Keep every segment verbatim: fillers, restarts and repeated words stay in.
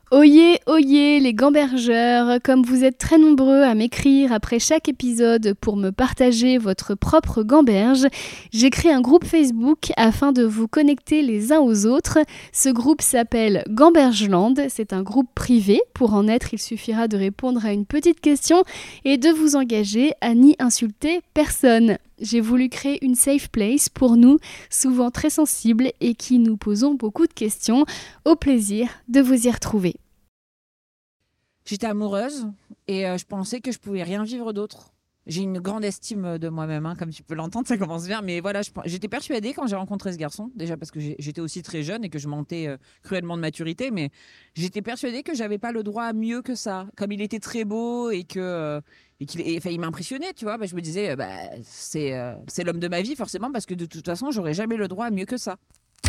Oyez, oyez les gambergeurs, comme vous êtes très nombreux à m'écrire après chaque épisode pour me partager votre propre gamberge, j'ai créé un groupe Facebook afin de vous connecter les uns aux autres. Ce groupe s'appelle Gambergeland, c'est un groupe privé. Pour en être, il suffira de répondre à une petite question et de vous engager à n'y insulter personne. J'ai voulu créer une safe place pour nous, souvent très sensibles et qui nous posons beaucoup de questions. Au plaisir de vous y retrouver. J'étais amoureuse et euh, je pensais que je pouvais rien vivre d'autre. J'ai une grande estime de moi-même, hein, comme tu peux l'entendre, ça commence bien. Mais voilà, je, j'étais persuadée quand j'ai rencontré ce garçon, déjà parce que j'ai, j'étais aussi très jeune et que je mentais euh, cruellement de maturité, mais j'étais persuadée que j'avais pas le droit à mieux que ça. Comme il était très beau et que euh, et qu'il et, enfin, il m'impressionnait, tu vois, bah, je me disais, euh, bah, c'est, euh, c'est l'homme de ma vie forcément, parce que de toute façon, j'aurais jamais le droit à mieux que ça.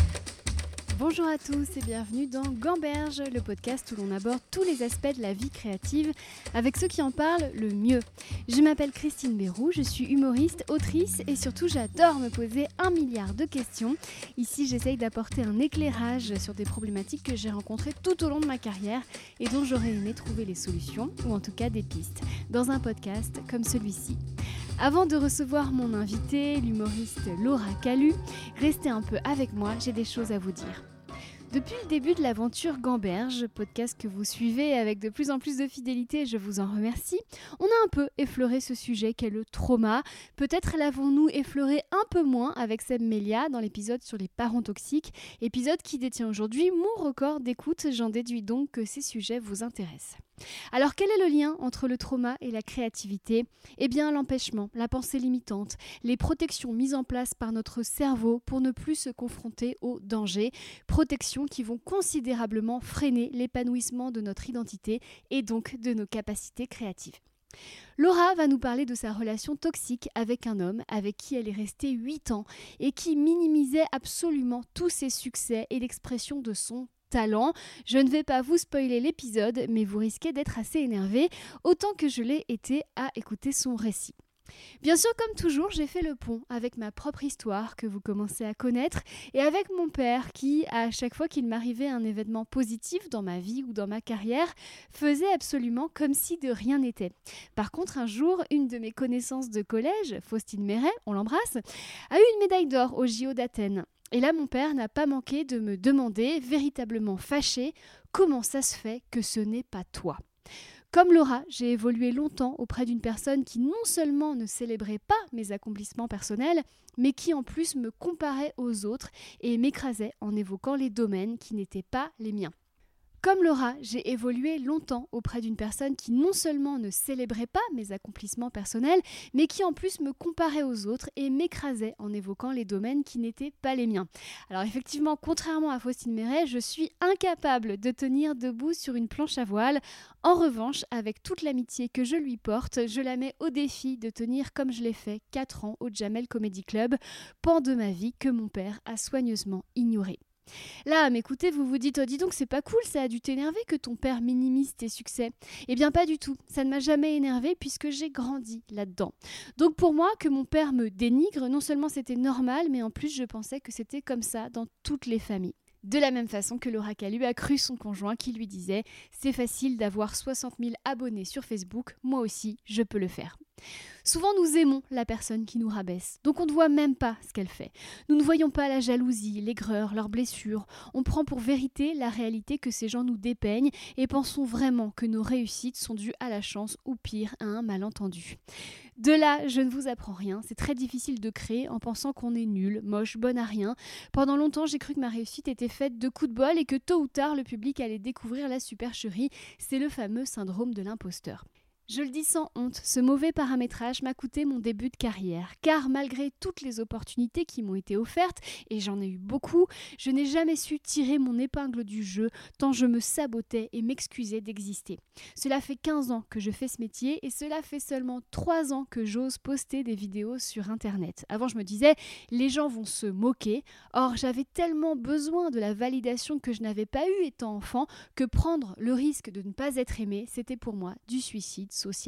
Bonjour à tous et bienvenue dans Gamberge, le podcast où l'on aborde tous les aspects de la vie créative avec ceux qui en parlent le mieux. Je m'appelle Christine Béroux, je suis humoriste, autrice et surtout j'adore me poser un milliard de questions. Ici j'essaye d'apporter un éclairage sur des problématiques que j'ai rencontrées tout au long de ma carrière et dont j'aurais aimé trouver les solutions ou en tout cas des pistes dans un podcast comme celui-ci. Avant de recevoir mon invité, l'humoriste Laura Calu, restez un peu avec moi, j'ai des choses à vous dire. Depuis le début de l'aventure Gamberge, podcast que vous suivez avec de plus en plus de fidélité, je vous en remercie, on a un peu effleuré ce sujet qu'est le trauma. Peut-être l'avons-nous effleuré un peu moins avec Seb Melia dans l'épisode sur les parents toxiques, épisode qui détient aujourd'hui mon record d'écoute. J'en déduis donc que ces sujets vous intéressent. Alors quel est le lien entre le trauma et la créativité ? Eh bien l'empêchement, la pensée limitante, les protections mises en place par notre cerveau pour ne plus se confronter au danger, protections qui vont considérablement freiner l'épanouissement de notre identité et donc de nos capacités créatives. Laura va nous parler de sa relation toxique avec un homme avec qui elle est restée huit ans et qui minimisait absolument tous ses succès et l'expression de son talent. Je ne vais pas vous spoiler l'épisode, mais vous risquez d'être assez énervé, autant que je l'ai été à écouter son récit. Bien sûr, comme toujours, j'ai fait le pont avec ma propre histoire que vous commencez à connaître et avec mon père qui, à chaque fois qu'il m'arrivait un événement positif dans ma vie ou dans ma carrière, faisait absolument comme si de rien n'était. Par contre, un jour, une de mes connaissances de collège, Faustine Méret, on l'embrasse, a eu une médaille d'or au J O d'Athènes. Et là, mon père n'a pas manqué de me demander, véritablement fâché, comment ça se fait que ce n'est pas toi ? Comme Laura, j'ai évolué longtemps auprès d'une personne qui non seulement ne célébrait pas mes accomplissements personnels, mais qui en plus me comparait aux autres et m'écrasait en évoquant les domaines qui n'étaient pas les miens. Comme Laura, j'ai évolué longtemps auprès d'une personne qui non seulement ne célébrait pas mes accomplissements personnels, mais qui en plus me comparait aux autres et m'écrasait en évoquant les domaines qui n'étaient pas les miens. Alors effectivement, contrairement à Faustine Méret, je suis incapable de tenir debout sur une planche à voile. En revanche, avec toute l'amitié que je lui porte, je la mets au défi de tenir comme je l'ai fait quatre ans au Jamel Comedy Club, pan de ma vie que mon père a soigneusement ignoré. Là, à m'écouter, vous vous dites « Oh, dis donc, c'est pas cool, ça a dû t'énerver que ton père minimise tes succès. » Eh bien, pas du tout. Ça ne m'a jamais énervé puisque j'ai grandi là-dedans. Donc pour moi, que mon père me dénigre, non seulement c'était normal, mais en plus, je pensais que c'était comme ça dans toutes les familles. De la même façon que Laura Calu a cru son conjoint qui lui disait « C'est facile d'avoir soixante mille abonnés sur Facebook, moi aussi, je peux le faire. » Souvent, nous aimons la personne qui nous rabaisse, donc on ne voit même pas ce qu'elle fait. Nous ne voyons pas la jalousie, l'aigreur, leurs blessures. On prend pour vérité la réalité que ces gens nous dépeignent et pensons vraiment que nos réussites sont dues à la chance ou pire, à un malentendu. De là, je ne vous apprends rien, c'est très difficile de créer en pensant qu'on est nul, moche, bonne à rien. Pendant longtemps, j'ai cru que ma réussite était faite de coups de bol et que tôt ou tard, le public allait découvrir la supercherie. C'est le fameux syndrome de l'imposteur. Je le dis sans honte, ce mauvais paramétrage m'a coûté mon début de carrière, car malgré toutes les opportunités qui m'ont été offertes, et j'en ai eu beaucoup, je n'ai jamais su tirer mon épingle du jeu, tant je me sabotais et m'excusais d'exister. Cela fait quinze ans que je fais ce métier, et cela fait seulement trois ans que j'ose poster des vidéos sur Internet. Avant, je me disais, les gens vont se moquer, or j'avais tellement besoin de la validation que je n'avais pas eue étant enfant, que prendre le risque de ne pas être aimé, c'était pour moi du suicide social.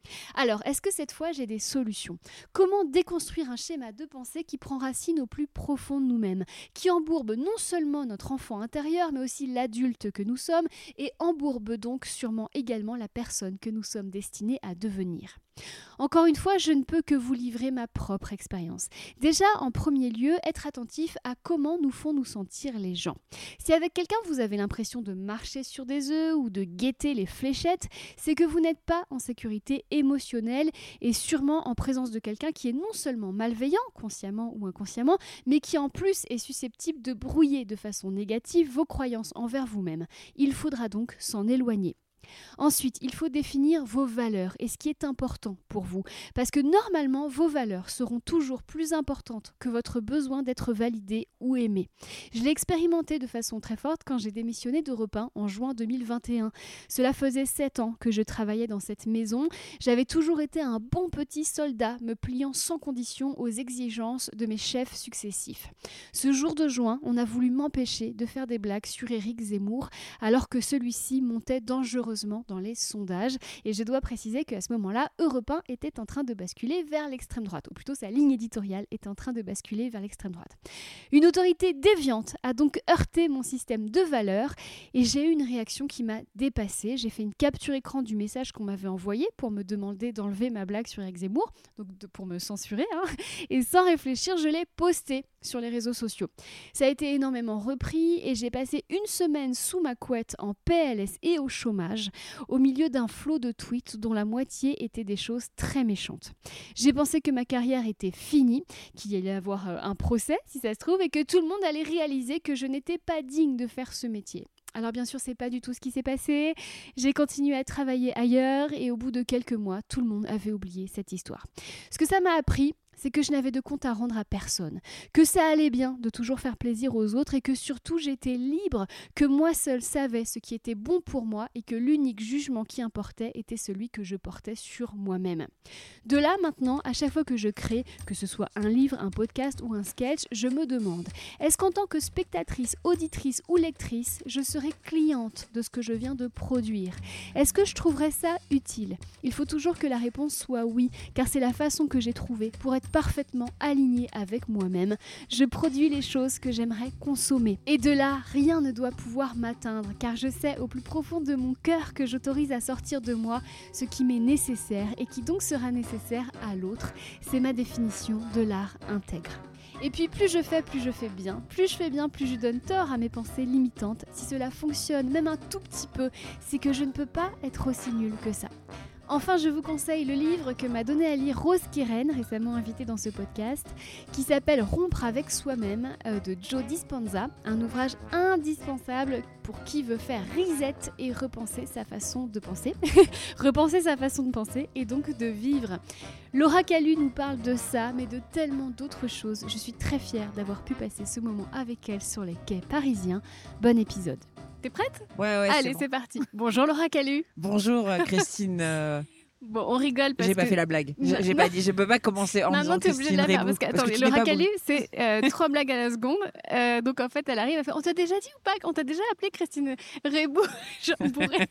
Alors, est-ce que cette fois j'ai des solutions ? Comment déconstruire un schéma de pensée qui prend racine au plus profond de nous-mêmes, qui embourbe non seulement notre enfant intérieur, mais aussi l'adulte que nous sommes, et embourbe donc sûrement également la personne que nous sommes destinés à devenir ? Encore une fois, je ne peux que vous livrer ma propre expérience. Déjà, en premier lieu, être attentif à comment nous font nous sentir les gens. Si avec quelqu'un vous avez l'impression de marcher sur des œufs ou de guetter les fléchettes, c'est que vous n'êtes pas en sécurité émotionnelle et sûrement en présence de quelqu'un qui est non seulement malveillant, consciemment ou inconsciemment, mais qui en plus est susceptible de brouiller de façon négative vos croyances envers vous-même. Il faudra donc s'en éloigner. Ensuite, il faut définir vos valeurs et ce qui est important pour vous. Parce que normalement, vos valeurs seront toujours plus importantes que votre besoin d'être validé ou aimé. Je l'ai expérimenté de façon très forte quand j'ai démissionné d'Europe un en juin deux mille vingt et un. Cela faisait sept ans que je travaillais dans cette maison. J'avais toujours été un bon petit soldat, me pliant sans condition aux exigences de mes chefs successifs. Ce jour de juin, on a voulu m'empêcher de faire des blagues sur Éric Zemmour, alors que celui-ci montait dangereusement dans les sondages. Et je dois préciser qu'à ce moment-là, Europe un était en train de basculer vers l'extrême droite, ou plutôt sa ligne éditoriale était en train de basculer vers l'extrême droite. Une autorité déviante a donc heurté mon système de valeurs et j'ai eu une réaction qui m'a dépassée. J'ai fait une capture écran du message qu'on m'avait envoyé pour me demander d'enlever ma blague sur Éric Zemmour, donc de, pour me censurer, hein, et sans réfléchir, je l'ai posté sur les réseaux sociaux. Ça a été énormément repris et j'ai passé une semaine sous ma couette en P L S et au chômage, au milieu d'un flot de tweets dont la moitié étaient des choses très méchantes. J'ai pensé que ma carrière était finie, qu'il y allait avoir un procès si ça se trouve et que tout le monde allait réaliser que je n'étais pas digne de faire ce métier. Alors bien sûr, c'est pas du tout ce qui s'est passé. J'ai continué à travailler ailleurs et au bout de quelques mois, tout le monde avait oublié cette histoire. Ce que ça m'a appris, c'est que je n'avais de compte à rendre à personne, que ça allait bien de toujours faire plaisir aux autres et que surtout j'étais libre, que moi seule savais ce qui était bon pour moi et que l'unique jugement qui importait était celui que je portais sur moi-même. De là maintenant, à chaque fois que je crée, que ce soit un livre, un podcast ou un sketch, je me demande, est-ce qu'en tant que spectatrice, auditrice ou lectrice, je serai cliente de ce que je viens de produire ? Est-ce que je trouverais ça utile ? Il faut toujours que la réponse soit oui, car c'est la façon que j'ai trouvée pour être parfaitement alignée avec moi-même. Je produis les choses que j'aimerais consommer. Et de là, rien ne doit pouvoir m'atteindre, car je sais au plus profond de mon cœur que j'autorise à sortir de moi ce qui m'est nécessaire et qui donc sera nécessaire à l'autre. C'est ma définition de l'art intègre. Et puis plus je fais, plus je fais bien. Plus je fais bien, plus je donne tort à mes pensées limitantes. Si cela fonctionne, même un tout petit peu, c'est que je ne peux pas être aussi nulle que ça. Enfin, je vous conseille le livre que m'a donné à lire Rose Quérène, récemment invitée dans ce podcast, qui s'appelle Rompre avec soi-même euh, de Joe Dispenza, un ouvrage indispensable pour qui veut faire reset et repenser sa façon de penser, repenser sa façon de penser et donc de vivre. Laura Calu nous parle de ça, mais de tellement d'autres choses. Je suis très fière d'avoir pu passer ce moment avec elle sur les quais parisiens. Bon épisode. T'es prête ? Ouais, ouais. Allez, c'est, bon. c'est parti. Bonjour Laura Calu. Bonjour euh, Christine. Euh... Bon, on rigole parce j'ai que... pas fait la blague. Non, j'ai, j'ai pas dit, je peux pas commencer en non, disant non, t'es obligée de la faire parce que, attends, parce que Laura Calu, c'est euh, trois blagues à la seconde. Euh, donc en fait, elle arrive à faire. On t'a déjà dit ou pas ? On t'a déjà appelé Christine Rébou Jean Bourré.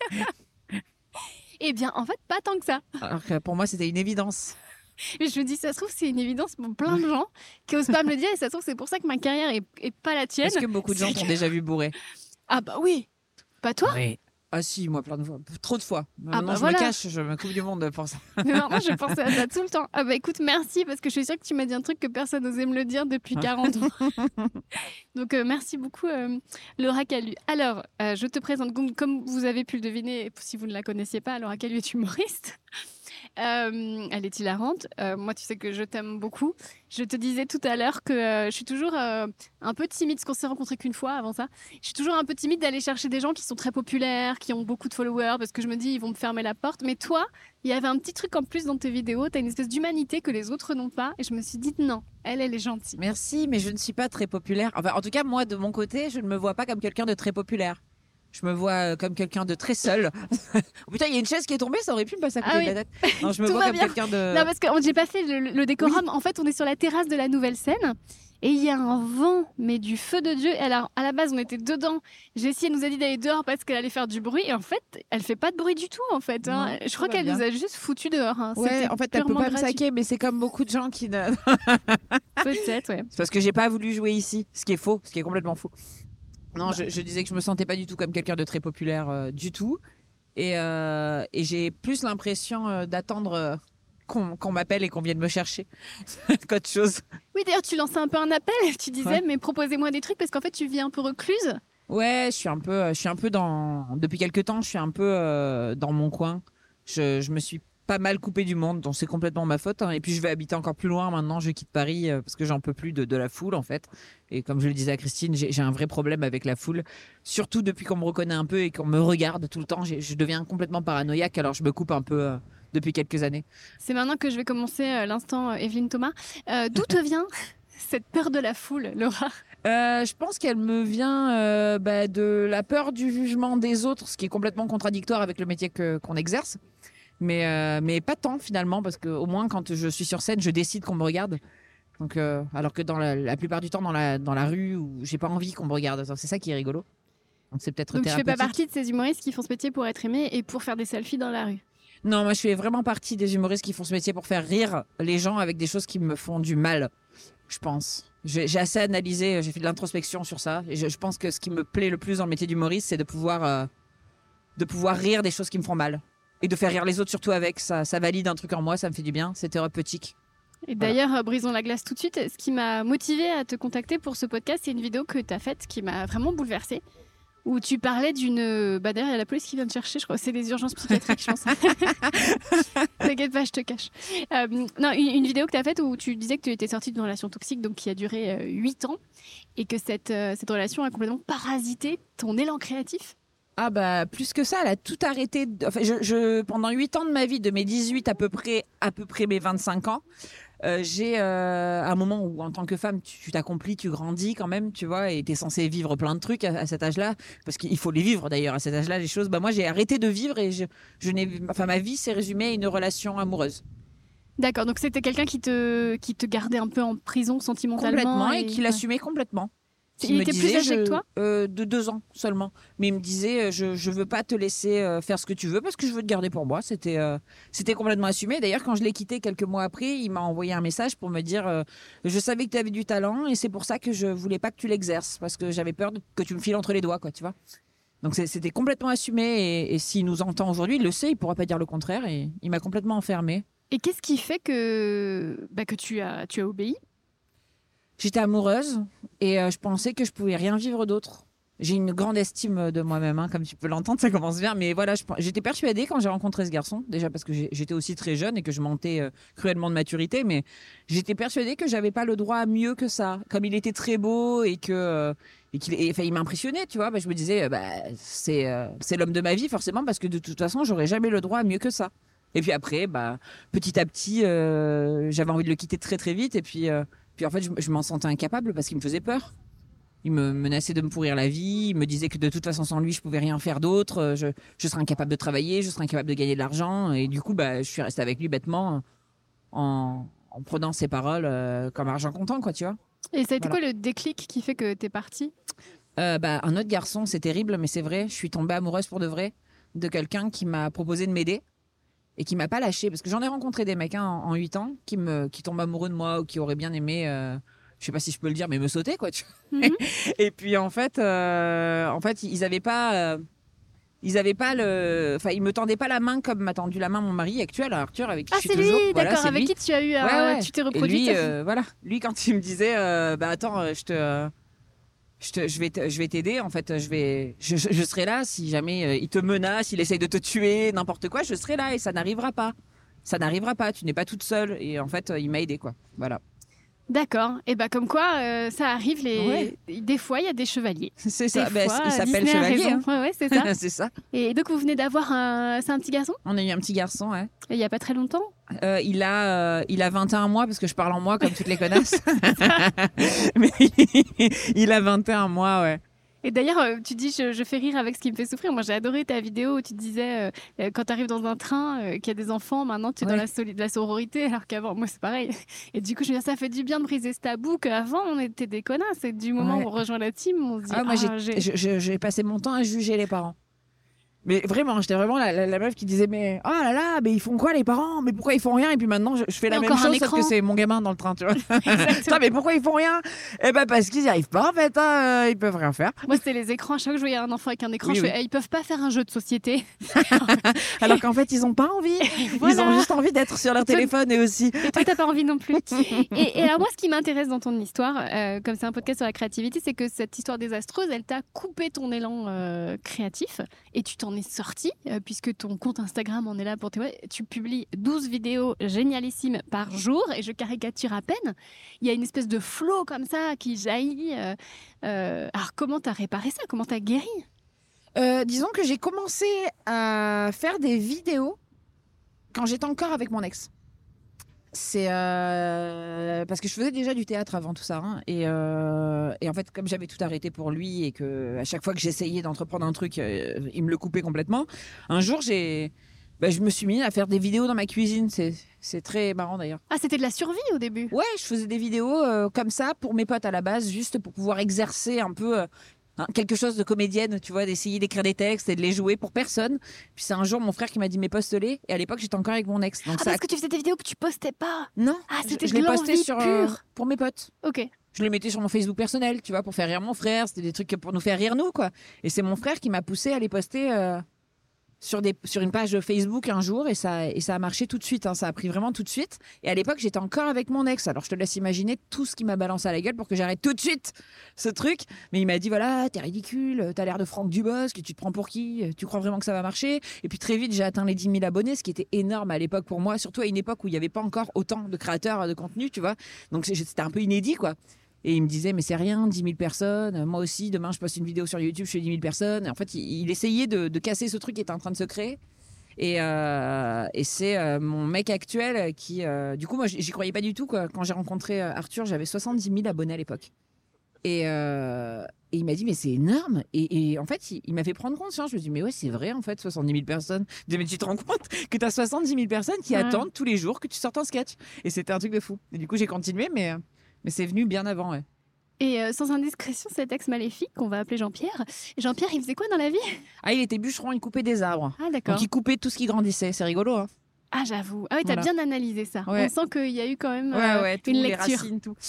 Eh bien, en fait, pas tant que ça. Alors que pour moi, c'était une évidence. Mais je me dis, ça se trouve, c'est une évidence pour plein de gens qui osent pas me le dire et ça se trouve, c'est pour ça que ma carrière est, est pas la tienne. Est-ce que beaucoup de gens t'ont déjà vu bourré ? Ah bah oui. Pas toi ? Oui. Ah si, moi plein de fois, trop de fois. Ah Maintenant bah je voilà. me cache, je me coupe du monde pour ça. Non, moi je pensais à ça tout le temps. Ah bah écoute, merci parce que je suis sûre que tu m'as dit un truc que personne n'osait me le dire depuis quarante ans. Donc euh, merci beaucoup euh, Laura Calu. Alors, euh, je te présente, comme vous avez pu le deviner, si vous ne la connaissiez pas, Laura Calu est humoriste. Euh, elle est hilarante. Euh, moi, tu sais que je t'aime beaucoup. Je te disais tout à l'heure que euh, je suis toujours euh, un peu timide, parce qu'on s'est rencontrés qu'une fois avant ça. Je suis toujours un peu timide d'aller chercher des gens qui sont très populaires, qui ont beaucoup de followers, parce que je me dis, ils vont me fermer la porte. Mais toi, il y avait un petit truc en plus dans tes vidéos. Tu as une espèce d'humanité que les autres n'ont pas. Et je me suis dit, non, elle, elle est gentille. Merci, mais je ne suis pas très populaire. Enfin, en tout cas, moi, de mon côté, je ne me vois pas comme quelqu'un de très populaire. Je me vois euh, comme quelqu'un de très seul. Oh putain, il y a une chaise qui est tombée, ça aurait pu me passer à côté Ah de oui. la tête. Non, je me Tout vois va comme bien. quelqu'un de. Non, parce que on- j'ai pas fait le, le décorum. En fait, on est sur la terrasse de la nouvelle scène. Et il y a un vent, mais du feu de Dieu. Et alors, à la base, on était dedans. Jessie, elle nous a dit d'aller dehors parce qu'elle allait faire du bruit. Et en fait, elle fait pas de bruit du tout, en fait. hein. Non, Je tout crois va qu'elle bien. nous a juste foutu dehors. hein. Ouais, C'était en fait, elle peut purement pas me gratuit. saquer, mais c'est comme beaucoup de gens qui. ne- Peut-être, ouais. C'est parce que j'ai pas voulu jouer ici, ce qui est faux, ce qui est complètement faux. Non, je, je disais que je me sentais pas du tout comme quelqu'un de très populaire euh, du tout. Et, euh, et j'ai plus l'impression euh, d'attendre euh, qu'on qu'on m'appelle et qu'on vienne me chercher qu'autre chose. Oui, d'ailleurs, tu lançais un peu un appel. Tu disais, Ouais. mais proposez-moi des trucs parce qu'en fait, tu vis un peu recluse. Ouais, je suis un peu, je suis un peu dans. Depuis quelques temps, je suis un peu euh, dans mon coin. Je, je me suis pas mal coupé du monde, donc c'est complètement ma faute. hein. Et puis je vais habiter encore plus loin maintenant. Je quitte Paris euh, parce que j'en peux plus de, de la foule en fait. Et comme je le disais à Christine, j'ai j'ai un vrai problème avec la foule. Surtout depuis qu'on me reconnaît un peu et qu'on me regarde tout le temps, j'ai- je deviens complètement paranoïaque. Alors je me coupe un peu euh, depuis quelques années. C'est maintenant que je vais commencer euh, l'instant euh, Evelyne Thomas. Euh, D'où te vient cette peur de la foule, Laura? Euh, je pense qu'elle me vient euh, bah, de la peur du jugement des autres, ce qui est complètement contradictoire avec le métier que- qu'on exerce. Mais, euh, mais pas tant finalement, parce qu'au moins quand je suis sur scène, je décide qu'on me regarde. Donc, euh, alors que dans la, la plupart du temps, dans la, dans la rue, où j'ai pas envie qu'on me regarde. C'est ça qui est rigolo. Donc c'est peut-être Donc tu fais pas thérapeutique. partie de ces humoristes qui font ce métier pour être aimés et pour faire des selfies dans la rue. Non, moi je fais vraiment partie des humoristes qui font ce métier pour faire rire les gens avec des choses qui me font du mal, je pense. J'ai j'ai assez analysé, j'ai fait de l'introspection sur ça. Et je, je pense que ce qui me plaît le plus dans le métier d'humoriste, c'est de pouvoir, euh, de pouvoir rire des choses qui me font mal. Et de faire rire les autres surtout avec. Ça, ça valide un truc en moi, ça me fait du bien, c'est thérapeutique. Et d'ailleurs, euh, brisons la glace tout de suite. Ce qui m'a motivée à te contacter pour ce podcast, c'est une vidéo que tu as faite qui m'a vraiment bouleversée. Où tu parlais d'une. Bah d'ailleurs, il y a la police qui vient te chercher, je crois. C'est les urgences psychiatriques, je pense. T'inquiète pas, je te cache. Euh, non, une, une vidéo que tu as faite où tu disais que tu étais sortie d'une relation toxique, donc qui a duré euh, huit ans, et que cette, euh, cette relation a complètement parasité ton élan créatif. Ah bah plus que ça, elle a tout arrêté. de- Enfin, je, je- pendant huit ans de ma vie, de mes dix-huit à peu près, à peu près mes vingt-cinq ans, euh, j'ai euh, un moment où en tant que femme, tu tu t'accomplis, tu grandis quand même, tu vois, et t'es censé vivre plein de trucs à, à cet âge-là, parce qu'il faut les vivre d'ailleurs à cet âge-là, les choses. Bah moi j'ai arrêté de vivre et je, je n'ai, enfin ma vie s'est résumée à une relation amoureuse. D'accord, donc c'était quelqu'un qui te, qui te gardait un peu en prison sentimentalement. Complètement et, qui ouais. l'assumait complètement. Il Qui me était plus disait, âgé je- que toi euh, De deux ans seulement. Mais il me disait, euh, je, je veux pas te laisser euh, faire ce que tu veux parce que je veux te garder pour moi. C'était euh, c'était complètement assumé. D'ailleurs, quand je l'ai quitté quelques mois après, il m'a envoyé un message pour me dire, euh, je savais que tu avais du talent et c'est pour ça que je voulais pas que tu l'exerces parce que j'avais peur de- que tu me files entre les doigts, quoi, tu vois. Donc c'est- c'était complètement assumé et, et s'il nous entend aujourd'hui, il le sait, il pourra pas dire le contraire et il m'a complètement enfermé. Et qu'est-ce qui fait que, bah, que tu, as, tu as obéi? J'étais amoureuse et euh, je pensais que je pouvais rien vivre d'autre. J'ai une grande estime de moi-même, hein, comme tu peux l'entendre, ça commence bien. Mais voilà, je- j'étais persuadée quand j'ai rencontré ce garçon, déjà parce que j'ai- j'étais aussi très jeune et que je mentais euh, cruellement de maturité, mais j'étais persuadée que j'avais pas le droit à mieux que ça. Comme il était très beau et que euh, et qu'il et, enfin, il m'impressionnait, tu vois, bah, je me disais, euh, bah, c'est euh, c'est l'homme de ma vie forcément parce que de toute façon, j'aurais jamais le droit à mieux que ça. Et puis après, bah, petit à petit, euh, j'avais envie de le quitter très très vite et puis. euh, Puis en fait, je, je m'en sentais incapable parce qu'il me faisait peur. Il me menaçait de me pourrir la vie. Il me disait que de toute façon, sans lui, je pouvais rien faire d'autre. Euh, Je, je serais incapable de travailler, je serais incapable de gagner de l'argent. Et du coup, bah, je suis restée avec lui bêtement en, en prenant ses paroles euh, comme argent comptant, quoi, tu vois. Et ça a été Voilà. quoi le déclic qui fait que t'es partie? Euh, bah, un autre garçon, c'est terrible, mais c'est vrai. Je suis tombée amoureuse pour de vrai de quelqu'un qui m'a proposé de m'aider et qui m'a pas lâché parce que j'en ai rencontré des mecs hein, en, en huit ans qui me qui tombent amoureux de moi ou qui auraient bien aimé euh, je sais pas si je peux le dire mais me sauter quoi tu vois. Mhm. Et puis en fait euh, en fait ils avaient pas euh, ils avaient pas le enfin ils me tendaient pas la main comme m'a tendu la main mon mari actuel Arthur avec qui Ah, je suis c'est lui, toujours d'accord, Voilà, c'est avec lui. qui tu as eu, un- Ouais, ouais. tu t'es Et reproduite. lui euh, voilà lui quand il me disait euh, bah attends euh, je te euh, je, te, je vais te- je vais t'aider en fait je vais je, je- je serai là si jamais euh, il te menace il essaye de te tuer n'importe quoi je serai là et ça n'arrivera pas ça n'arrivera pas tu n'es pas toute seule et en fait euh, il m'a aidé quoi voilà D'accord. Et bah comme quoi, euh, ça arrive. Les... Ouais. Des fois, il y a des chevaliers. c'est Des ça Ben, fois, il s'appelle Disney a Chevalier raison. hein. Ouais, ouais, c'est ça. C'est ça Et donc vous venez d'avoir un, c'est un petit garçon. on a eu un petit garçon ouais. Et il y a pas très longtemps. Euh, il a euh, il a vingt et un mois parce que je parle en mois comme toutes les connasses mais il a vingt et un mois ouais. Et d'ailleurs, euh, tu dis je, je fais rire avec ce qui me fait souffrir. Moi, j'ai adoré ta vidéo où tu disais euh, euh, quand tu arrives dans un train, euh, qu'il y a des enfants, maintenant tu es Ouais. dans la, soli- la sororité, alors qu'avant, moi, c'est pareil. Et du coup, je me dis, ça fait du bien de briser ce tabou qu'avant, on était des connasses. Et du moment Ouais. où on rejoint la team, on se dit, Ah, moi, ah, j'ai, j'ai... je- je- j'ai passé mon temps à juger les parents. Mais vraiment, j'étais vraiment la, la, la meuf qui disait mais oh là là, mais ils font quoi les parents? Mais pourquoi ils font rien? Et puis maintenant, je, je fais Et la même encore un chose, sauf écran. que c'est mon gamin dans le train, tu vois. Exactement. Putain, mais pourquoi ils font rien? Eh ben parce qu'ils n'y arrivent pas en fait, hein, euh, ils peuvent rien faire. Moi, c'était les écrans. À chaque fois que je voyais un enfant avec un écran, Oui, je fais, oui. eh, ils peuvent pas faire un jeu de société. Alors qu'en fait, ils ont pas envie. Voilà. Ils ont juste envie d'être sur leur Toi- téléphone et aussi. Et toi, t'as pas envie non plus. Et, et alors, moi, ce qui m'intéresse dans ton histoire, euh, comme c'est un podcast sur la créativité, c'est que cette histoire désastreuse, elle t'a coupé ton élan euh, créatif et tu t'en es sorti, euh, puisque ton compte Instagram en est là pour témoigner. Tu publies douze vidéos génialissimes par jour et je caricature à peine. Il y a une espèce de flow comme ça qui jaillit. euh, euh, alors, comment t'as réparé ça? Comment t'as guéri? Euh, disons que j'ai commencé à faire des vidéos quand j'étais encore avec mon ex. C'est euh, parce que je faisais déjà du théâtre avant tout ça, hein, et, euh, et en fait comme j'avais tout arrêté pour lui et que à chaque fois que j'essayais d'entreprendre un truc, euh, il me le coupait complètement. Un jour j'ai, bah, je me suis mis à faire des vidéos dans ma cuisine. C'est c'est très marrant d'ailleurs. Ah, c'était de la survie au début. Ouais, je faisais des vidéos euh, comme ça pour mes potes à la base, juste pour pouvoir exercer un peu. euh, hein, quelque chose de comédienne, tu vois, d'essayer d'écrire des textes et de les jouer pour personne. Puis c'est un jour mon frère qui m'a dit mais poste-les. Et à l'époque j'étais encore avec mon ex. Donc Ah, ça... parce que tu faisais des vidéos que tu postais pas. Non, Ah, je, c'était je de les postais l'envie sur euh, pure. pour mes potes. Ok. Je les mettais sur mon Facebook personnel, tu vois, pour faire rire mon frère. C'était des trucs pour nous faire rire nous, quoi. Et c'est mon frère qui m'a poussé à les poster euh, sur, des, sur une page Facebook un jour et ça, et ça a marché tout de suite. Hein, ça a pris vraiment tout de suite. Et à l'époque, j'étais encore avec mon ex. Alors je te laisse imaginer tout ce qui m'a balancé à la gueule pour que j'arrête tout de suite ce truc. Mais il m'a dit voilà, t'es ridicule, t'as l'air de Franck Dubosc, tu te prends pour qui? Tu crois vraiment que ça va marcher? Et puis très vite, j'ai atteint les dix mille abonnés, ce qui était énorme à l'époque pour moi, surtout à une époque où il n'y avait pas encore autant de créateurs de contenu, tu vois. Donc c'était un peu inédit, quoi. Et il me disait, mais c'est rien, dix mille personnes. Moi aussi, demain, je poste une vidéo sur YouTube, je fais dix mille personnes. Et en fait, il, il essayait de, de casser ce truc qui était en train de se créer. Et, euh, et c'est euh, mon mec actuel qui... euh, du coup, moi, j'y croyais pas du tout, quoi. Quand j'ai rencontré euh, Arthur, j'avais soixante-dix mille abonnés à l'époque. Et, euh, et il m'a dit, mais c'est énorme. Et, et en fait, il, il m'a fait prendre conscience. Je me dis, mais ouais, c'est vrai, en fait, soixante-dix mille personnes. Je me dis, mais tu te rends compte que tu as soixante-dix mille personnes qui Ouais. attendent tous les jours que tu sortes un sketch. Et c'était un truc de fou. Et du coup, j'ai continué, mais, mais c'est venu bien avant, ouais. Et euh, sans indiscrétion, cet ex maléfique qu'on va appeler Jean-Pierre. Jean-Pierre, il faisait quoi dans la vie? Ah, il était bûcheron, il coupait des arbres. Ah, d'accord. Donc il coupait tout ce qui grandissait. C'est rigolo, hein. Ah, j'avoue. Ah oui, t'as Voilà. bien analysé ça. Ouais. On sent qu'il y a eu quand même Ouais, euh, ouais, tout, une les lecture. racines, tout.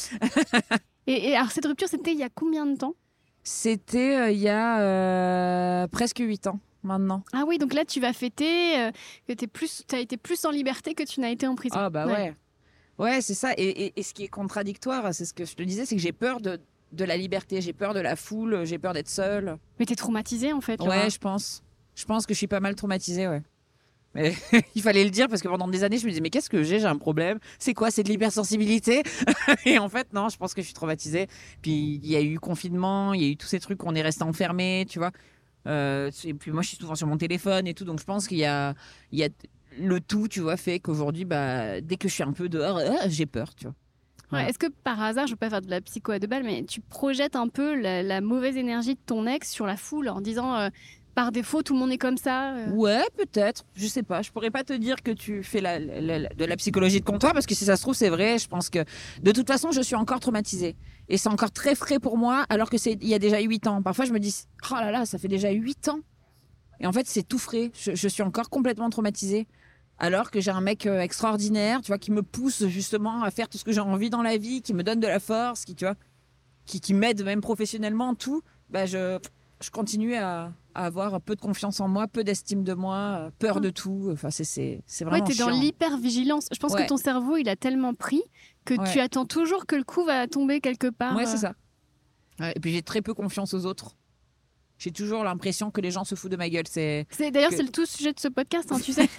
Et, et alors, cette rupture, c'était il y a combien de temps? C'était euh, il y a euh, presque huit ans maintenant. Ah oui, donc là, tu vas fêter euh, que t'es plus, t'as été plus en liberté que tu n'as été en prison. Ah bah ouais. Ouais, c'est ça. Et, et, et ce qui est contradictoire, c'est ce que je te disais, c'est que j'ai peur de, de la liberté, j'ai peur de la foule, j'ai peur d'être seule. Mais t'es traumatisée, en fait. Laura. Ouais, je pense. Je pense que je suis pas mal traumatisée, ouais. Mais il fallait le dire parce que pendant des années, je me disais, mais qu'est-ce que j'ai? J'ai un problème. C'est quoi? C'est de l'hypersensibilité? Et en fait, non, je pense que je suis traumatisée. Puis il y a eu confinement, il y a eu tous ces trucs, on est resté enfermés, tu vois. Euh, et puis moi, je suis souvent sur mon téléphone et tout. Donc je pense qu'il y a, il y a le tout, tu vois, fait qu'aujourd'hui, bah, dès que je suis un peu dehors, euh, j'ai peur, tu vois. Ouais, est-ce que par hasard, je veux pas faire de la psycho à deux balles, mais tu projettes un peu la, la mauvaise énergie de ton ex sur la foule en disant euh, par défaut tout le monde est comme ça euh. Ouais, peut-être. Je sais pas. Je pourrais pas te dire que tu fais la, la- la- de la psychologie de comptoir parce que si ça se trouve, c'est vrai. Je pense que de toute façon, je suis encore traumatisée. Et c'est encore très frais pour moi alors que c'est il y a déjà huit ans. Parfois, je me dis, oh là là, ça fait déjà huit ans. Et en fait, c'est tout frais. Je, je suis encore complètement traumatisée. Alors que j'ai un mec euh, extraordinaire, tu vois, qui me pousse justement à faire tout ce que j'ai envie dans la vie, qui me donne de la force, qui, tu vois, qui, qui m'aide même professionnellement, tout. Bah, je, je continue à, à avoir peu de confiance en moi, peu d'estime de moi, euh, peur de tout. Enfin, c'est, c'est, c'est Ouais, vraiment t'es dans chiant. l'hyper-vigilance. Je pense Ouais. que ton cerveau, il a tellement pris que Ouais. tu attends toujours que le coup va tomber quelque part. Ouais, euh. c'est ça. Ouais, et puis j'ai très peu confiance aux autres. J'ai toujours l'impression que les gens se foutent de ma gueule. C'est... C'est, d'ailleurs, Que- c'est le tout sujet de ce podcast, hein, tu sais.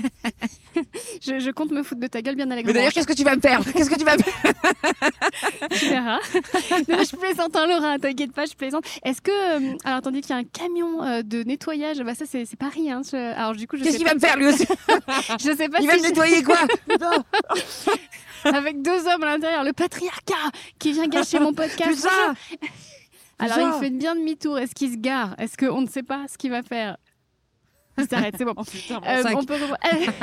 je, je compte me foutre de ta gueule bien Mais allègrement. d'ailleurs, qu'est-ce que tu vas me faire? Qu'est-ce que tu vas me faire? Tu verras. Non, je plaisante, hein, Laura, t'inquiète pas, je plaisante. Est-ce que. euh, alors, attendez qu'il y a un camion euh, de nettoyage. Bah, ça, c'est, c'est Paris. Hein, je- Alors, du coup, je Qu'est-ce sais qu'il pas. va me faire lui aussi? Je sais pas Il si va me je- nettoyer quoi? Putain. avec deux hommes à l'intérieur, le patriarcat qui vient gâcher mon podcast. Putain. Alors, ça. il fait bien demi-tour. Est-ce qu'il se gare? Est-ce qu'on ne sait pas ce qu'il va faire? Il s'arrête, c'est bon. Oh, putain, mon Euh, sac. on peut revoir.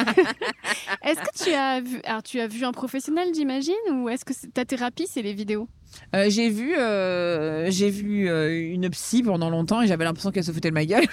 Est-ce que tu as vu... Alors, tu as vu un professionnel, j'imagine, ou est-ce que c'est- ta thérapie, c'est les vidéos? Euh, j'ai vu, euh, j'ai vu euh, une psy pendant longtemps et j'avais l'impression qu'elle se foutait de ma gueule.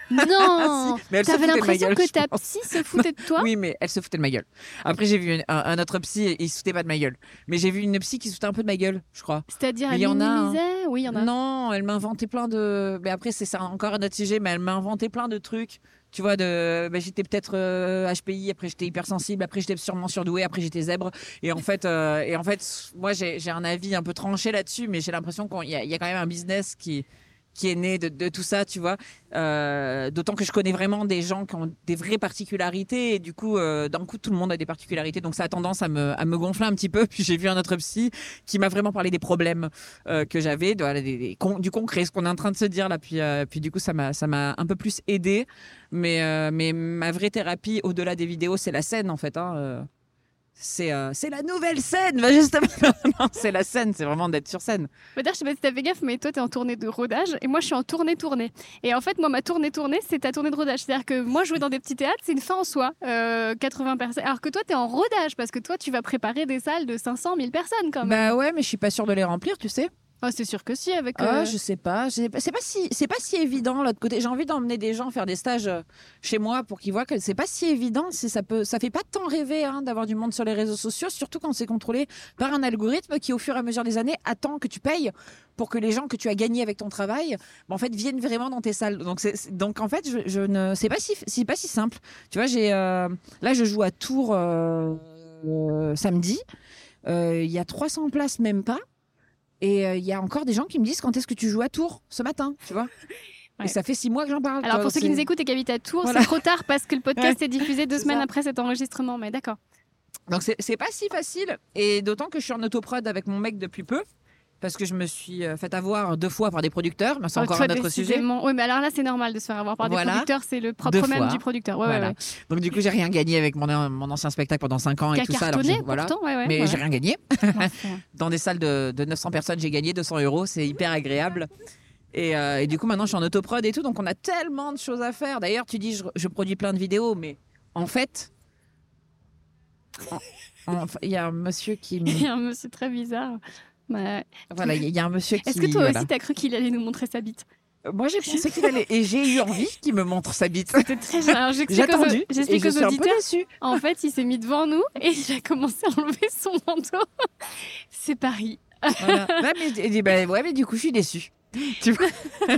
Non. Si, mais elle se T'avais foutait de ma l'impression gueule, que je ta pense. psy se foutait de toi? Oui, mais elle se foutait de ma gueule. Après, j'ai vu une- un, un autre psy et il se foutait pas de ma gueule. Mais j'ai vu une psy qui se foutait un peu de ma gueule, je crois. C'est-à-dire, Mais elle il y en a, hein. minimisait? Oui, il y en a. Non, elle m'a inventé plein de. Mais après, c'est ça encore un autre sujet, mais elle m'a inventé plein de trucs. Tu vois, de... ben, j'étais peut-être euh, H P I, après j'étais hypersensible, après j'étais sûrement surdouée, après j'étais zèbre. Et en fait, euh, et en fait moi j'ai j'ai un avis un peu tranché là-dessus, mais j'ai l'impression qu'il y, a- il y a quand même un business qui, qui est né de, de tout ça, tu vois. Euh, D'autant que je connais vraiment des gens qui ont des vraies particularités. Et du coup, euh, d'un coup, tout le monde a des particularités. Donc ça a tendance à me, à me gonfler un petit peu. Puis j'ai vu un autre psy qui m'a vraiment parlé des problèmes euh, que j'avais, de- voilà, des- des con- du concret, ce qu'on est en train de se dire là. Puis, euh, puis du coup, ça m'a ça m'a un peu plus aidé. Mais, euh, mais ma vraie thérapie, au-delà des vidéos, c'est la scène, en fait. Hein. Euh, c'est euh, c'est la nouvelle scène, bah, justement. Non, c'est la scène, c'est vraiment d'être sur scène. Bah, D'ailleurs, je sais pas si t'as fait gaffe, mais toi, t'es en tournée de rodage et moi, je suis en tournée-tournée. Et en fait, moi, ma tournée-tournée, c'est ta tournée de rodage. C'est-à-dire que moi, jouer dans des petits théâtres, c'est une fin en soi. Euh, quatre-vingts personnes. Alors que toi, t'es en rodage parce que toi, tu vas préparer des salles de cinq cents mille personnes quand même. Bah ouais, mais je suis pas sûre de les remplir, tu sais. Oh, c'est sûr que si, avec. Ah, euh, je sais pas. Je sais pas- C'est pas si, c'est pas si évident l'autre côté. J'ai envie d'emmener des gens faire des stages euh, chez moi pour qu'ils voient que c'est pas si évident. C'est ça peut, ça fait pas tant rêver hein, d'avoir du monde sur les réseaux sociaux, surtout quand c'est contrôlé par un algorithme qui, au fur et à mesure des années, attend que tu payes pour que les gens que tu as gagnés avec ton travail, bah, en fait, viennent vraiment dans tes salles. Donc, c'est, c'est- donc en fait, je, je ne, c'est pas si, c'est pas si simple. Tu vois, j'ai, euh, là, je joue à Tours euh, euh, samedi. Euh, Il y a trois cents places, même pas. Et il euh, y a encore des gens qui me disent quand est-ce que tu joues à Tours ce matin, tu vois. Ouais. Et ça fait six mois que j'en parle. Alors, toi, pour ceux qui c'est- nous écoutent et qui habitent à Tours, Voilà. c'est trop tard parce que le podcast Ouais. est diffusé deux C'est semaines ça. après cet enregistrement. Mais d'accord. Donc c'est c'est pas si facile. Et d'autant que je suis en autoprod avec mon mec depuis peu. Parce que je me suis euh, fait avoir deux fois par des producteurs. Mais c'est Oh, encore toi, un autre sujet. décidément. Oui, mais alors là, c'est normal de se faire avoir par des Voilà. producteurs. C'est le Deux propre même fois. du producteur. Ouais, ouais, Voilà. ouais. Donc du coup, j'ai rien gagné avec mon, mon ancien spectacle pendant cinq ans Qui et a tout ça. alors cartonné, j'ai- voilà. pourtant. Ouais, ouais, Mais ouais. j'ai rien gagné. Enfin. Dans des salles de, de neuf cents personnes, j'ai gagné deux cents euros. C'est hyper agréable. Et, euh, et du coup, maintenant, je suis en autoprod et tout. Donc, on a tellement de choses à faire. D'ailleurs, tu dis, je, je produis plein de vidéos. Mais en fait, en- en- il y a un monsieur qui... me- Il y a un monsieur très bizarre. Ouais. Voilà, il y a- il y a un monsieur qui... Est-ce que toi voilà. aussi, t'as cru qu'il allait nous montrer sa bite? Moi, j'ai pensé qu'il allait... Et j'ai eu envie qu'il me montre sa bite. C'était très gênant. Alors, J'ai j'explique aux, attendu. Et j'explique je aux suis un peu auditeurs. déçue. En fait, il s'est mis devant nous et il a commencé à enlever son manteau. C'est Paris. Voilà. Ouais, mais, et dit, bah, ouais, mais du coup, je suis déçue. Tu vois,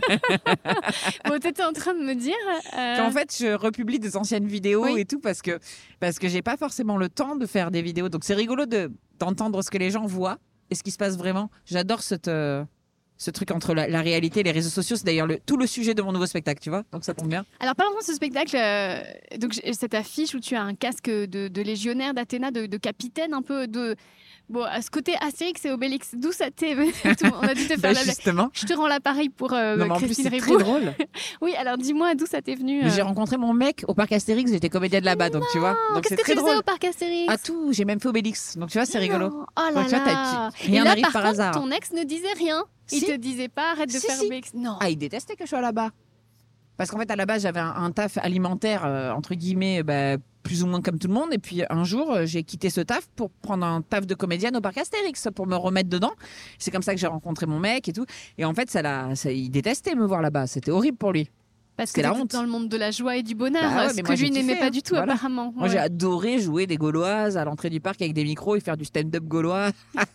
Bon, t'étais en train de me dire. euh, qu'en fait, je republie des anciennes vidéos Oui. et tout parce que, parce que j'ai pas forcément le temps de faire des vidéos. Donc, c'est rigolo de, d'entendre ce que les gens voient et ce qui se passe vraiment. J'adore cette, euh, ce truc entre la, la réalité et les réseaux sociaux. C'est d'ailleurs le, tout le sujet de mon nouveau spectacle, tu vois. Donc, ça tombe bien. Alors, parlons de ce spectacle. euh, donc, j'ai- cette affiche où tu as un casque de, de légionnaire, d'Athéna, de, de capitaine, un peu de. Bon, à ce côté Astérix et Obélix, d'où ça t'est venu? On a dû te faire Bah, la blague. justement. Je te rends l'appareil pour euh, Non, mais en plus, Christine c'est Ribot. très drôle. Oui, alors dis-moi d'où ça t'est venu. Mais euh, j'ai rencontré mon mec au parc Astérix. J'étais comédienne là-bas, donc tu vois. Oh, Donc, qu'est-ce c'est que tu très faisais drôle. au parc Astérix? À tout, j'ai même fait Obélix. Donc, tu vois, c'est rigolo. Non. Oh là Donc, tu vois, t'as- là. tu- rien Et là, n'arrive par, par contre, hasard. ton ex ne disait rien. Il Si. te disait pas arrête de Si, faire si. Obélix. Non. Ah, il détestait que je sois là-bas. Parce qu'en fait, à la base, j'avais un, un taf alimentaire, euh, entre guillemets, bah, plus ou moins comme tout le monde. Et puis un jour, euh, j'ai quitté ce taf pour prendre un taf de comédienne au parc Astérix, pour me remettre dedans. C'est comme ça que j'ai rencontré mon mec et tout. Et en fait, ça l'a, ça, il détestait me voir là-bas. C'était horrible pour lui. Parce que c'est la t'étais honte. dans le monde de la joie et du bonheur, Bah ouais, ce mais que moi, lui j'ai n'aimait kiffé, pas hein. du tout Voilà. apparemment. Moi, Ouais. j'ai adoré jouer des Gauloises à l'entrée du parc avec des micros et faire du stand-up gaulois.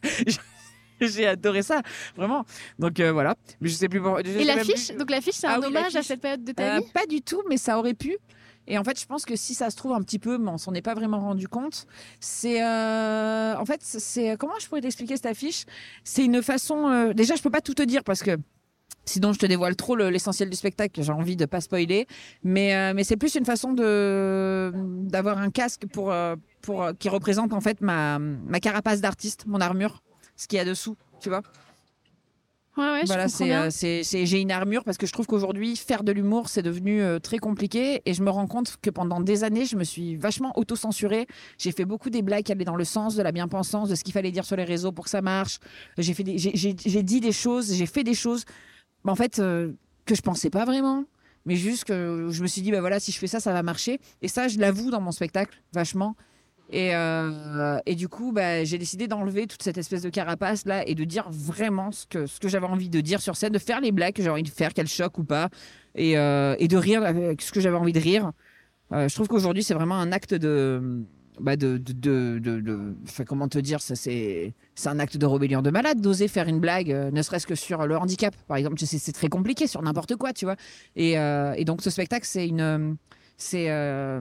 J'ai adoré ça, vraiment. Donc euh, voilà. Mais je sais plus. pour- je sais Et même l'affiche, plus- donc l'affiche, c'est Ah un oui, hommage à l'affiche. cette période de ta Euh, vie. pas du tout, mais ça aurait pu. Et en fait, je pense que si ça se trouve un petit peu, mais on s'en est pas vraiment rendu compte. C'est, euh, en fait, c'est comment je pourrais t'expliquer cette affiche? C'est une façon. euh, Déjà, je peux pas tout te dire parce que sinon je te dévoile trop le- l'essentiel du spectacle. J'ai envie de pas spoiler, mais euh, mais c'est plus une façon de d'avoir un casque pour euh, pour euh, qui représente en fait ma ma carapace d'artiste, mon armure, ce qu'il y a dessous, tu vois. Ouais, ouais, Voilà, je comprends c'est, bien. euh, c'est, c'est- j'ai une armure parce que je trouve qu'aujourd'hui, faire de l'humour, c'est devenu euh, très compliqué. Et je me rends compte que pendant des années, je me suis vachement auto-censurée. J'ai fait beaucoup des blagues qui allaient dans le sens de la bien-pensance, de ce qu'il fallait dire sur les réseaux pour que ça marche. J'ai, fait des, j'ai, j'ai, j'ai dit des choses, j'ai fait des choses bah, en fait, euh, que je pensais pas vraiment. Mais juste que je me suis dit, bah voilà, si je fais ça, ça va marcher. Et ça, je l'avoue dans mon spectacle, vachement. Et, euh, et du coup, bah, j'ai décidé d'enlever toute cette espèce de carapace là et de dire vraiment ce que, ce que j'avais envie de dire sur scène, de faire les blagues que j'avais envie de faire, qu'elles choquent ou pas, et, euh, et de rire avec ce que j'avais envie de rire. Euh, je trouve qu'aujourd'hui, c'est vraiment un acte de. Bah de, de, de, de, de- enfin, comment te dire, ça, c'est, c'est un acte de rébellion de malade d'oser faire une blague, euh, ne serait-ce que sur le handicap, par exemple. C'est, c'est très compliqué sur n'importe quoi, tu vois. Et, euh, et donc, ce spectacle, c'est une. C'est. euh,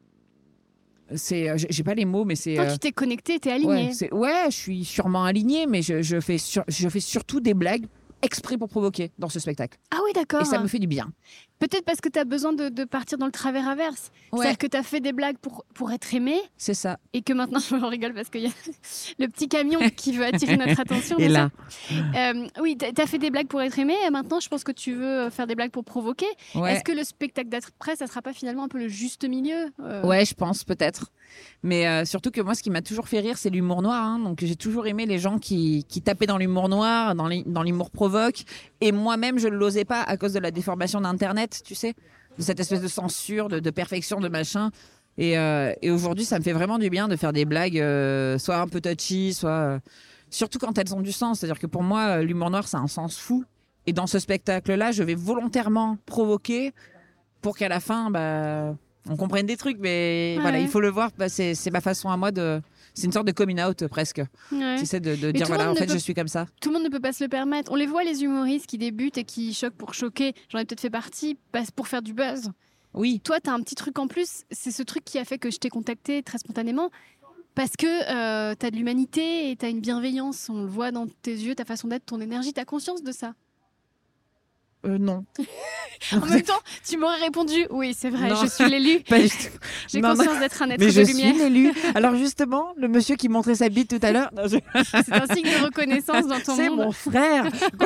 c'est euh, j'ai j'ai pas les mots, mais c'est. Toi, euh, tu t'es connecté, t'es ouais, aligné. c'est, ouais, je suis sûrement aligné, mais je, je, fais sur- je fais surtout des blagues exprès pour provoquer dans ce spectacle. Ah oui, d'accord. Et ça me fait du bien. Peut-être parce que tu as besoin de, de partir dans le travers inverse. Ouais. C'est-à-dire que tu as fait des blagues pour, pour être aimé C'est ça. et que maintenant, je rigole parce qu'il y a le petit camion qui veut attirer notre attention. Et bien là, sûr. Euh, oui, tu as fait des blagues pour être aimé et maintenant, je pense que tu veux faire des blagues pour provoquer. ouais. Est-ce que le spectacle d'après, ça sera pas finalement un peu le juste milieu euh, Ouais, je pense peut-être. Mais euh, surtout que moi, ce qui m'a toujours fait rire, c'est l'humour noir. hein. Donc j'ai toujours aimé les gens qui, qui tapaient dans l'humour noir, dans l'hi- dans l'humour provoque. Et moi-même, je ne l'osais pas à cause de la déformation d'Internet, tu sais, de cette espèce de censure, de, de perfection, de machin. Et, euh, et aujourd'hui, ça me fait vraiment du bien de faire des blagues, euh, soit un peu touchy, soit. euh, surtout quand elles ont du sens. C'est-à-dire que pour moi, euh, l'humour noir, ça a un sens fou. Et dans ce spectacle-là, je vais volontairement provoquer pour qu'à la fin, bah, on comprenne des trucs. Mais Ouais. voilà, il faut le voir. Bah, c'est, c'est ma façon à moi de. C'est une sorte de coming out presque. ouais. Tu sais, de, de Mais dire tout le voilà, monde en ne fait, peut- je suis comme ça. Tout le monde ne peut pas se le permettre. On les voit, les humoristes qui débutent et qui choquent pour choquer. J'en ai peut-être fait partie, pas pour faire du buzz. Oui, Toi, tu as un petit truc en plus. C'est ce truc qui a fait que je t'ai contacté très spontanément. Parce que euh, tu as de l'humanité et tu as une bienveillance. On le voit dans tes yeux, ta façon d'être, ton énergie. Tu as conscience de ça. euh, non. En même temps, tu m'aurais répondu oui, c'est vrai, Non. je suis l'élu. Pas du tout. J'ai Non, non. conscience d'être un être Mais de je lumière. suis l'élu. Alors justement, le monsieur qui montrait sa bite tout à l'heure, non, je- C'est un signe de reconnaissance dans ton c'est monde. mon frère.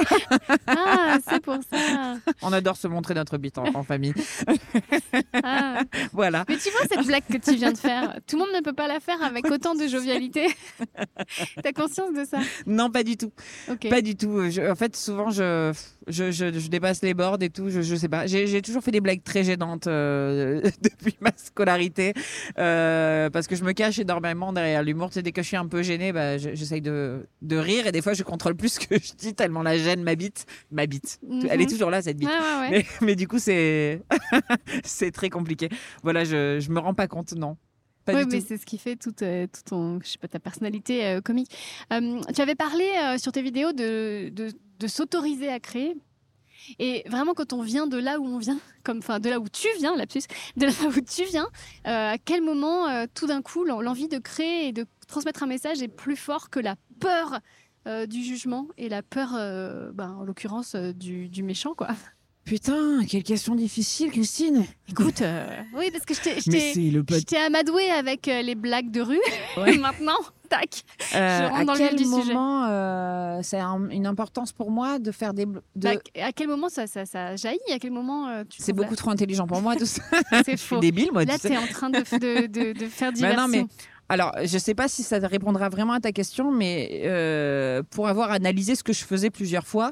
Ah, c'est pour ça. On adore se montrer notre bite en, en famille. Ah. Voilà. Mais tu vois cette blague que tu viens de faire, tout le monde ne peut pas la faire avec autant de jovialité. T'as conscience de ça? Non, pas du tout. Ok. Pas du tout. Je- en fait, souvent, je, je, je, je dépasse les bords et tout. Je, je sais pas. J'ai, j'ai toujours fait des blagues très gênantes euh, depuis ma scolarité euh, parce que je me cache énormément derrière l'humour. Tu sais, dès que je suis un peu gênée, bah, je- j'essaye de, de rire et des fois, je contrôle plus ce que je dis tellement la gêne m'habite. M'habite. Mhm. Elle est toujours là, cette bite. Ouais, ouais, ouais. Mais, mais du coup, c'est c'est très compliqué. Voilà, je je me rends pas compte, non. Pas Oui, du mais tout. c'est ce qui fait toute, euh, toute ton, je sais pas, ta personnalité euh, comique. Euh, tu avais parlé euh, sur tes vidéos de, de, de s'autoriser à créer. Et vraiment, quand on vient de là où on vient, comme, enfin, de là où tu viens, lapsus, de là où tu viens, euh, à quel moment, euh, tout d'un coup, l'en- l'envie de créer et de transmettre un message est plus fort que la peur euh, du jugement et la peur, euh, ben, en l'occurrence, euh, du, du méchant, quoi. Putain, quelle question difficile, Christine. Écoute, euh, oui, parce que je t'ai- je Mais t'ai c'est le je pote. t'ai amadoué avec euh, les blagues de rue. Ouais. Et maintenant, tac. Euh, rentre à dans le vif quel du sujet. moment euh, c'est un- une importance pour moi de faire des. bl- de- Bah, à quel moment ça, ça, ça jaillit? À quel moment euh, tu C'est trouves beaucoup trop intelligent pour moi, tout ça. la- C'est Je suis faux. débile, moi. Là, tu sais. tu es en train de, de, de, de faire Bah diversion. non, mais alors, je sais pas si ça te répondra vraiment à ta question, mais euh, pour avoir analysé ce que je faisais plusieurs fois,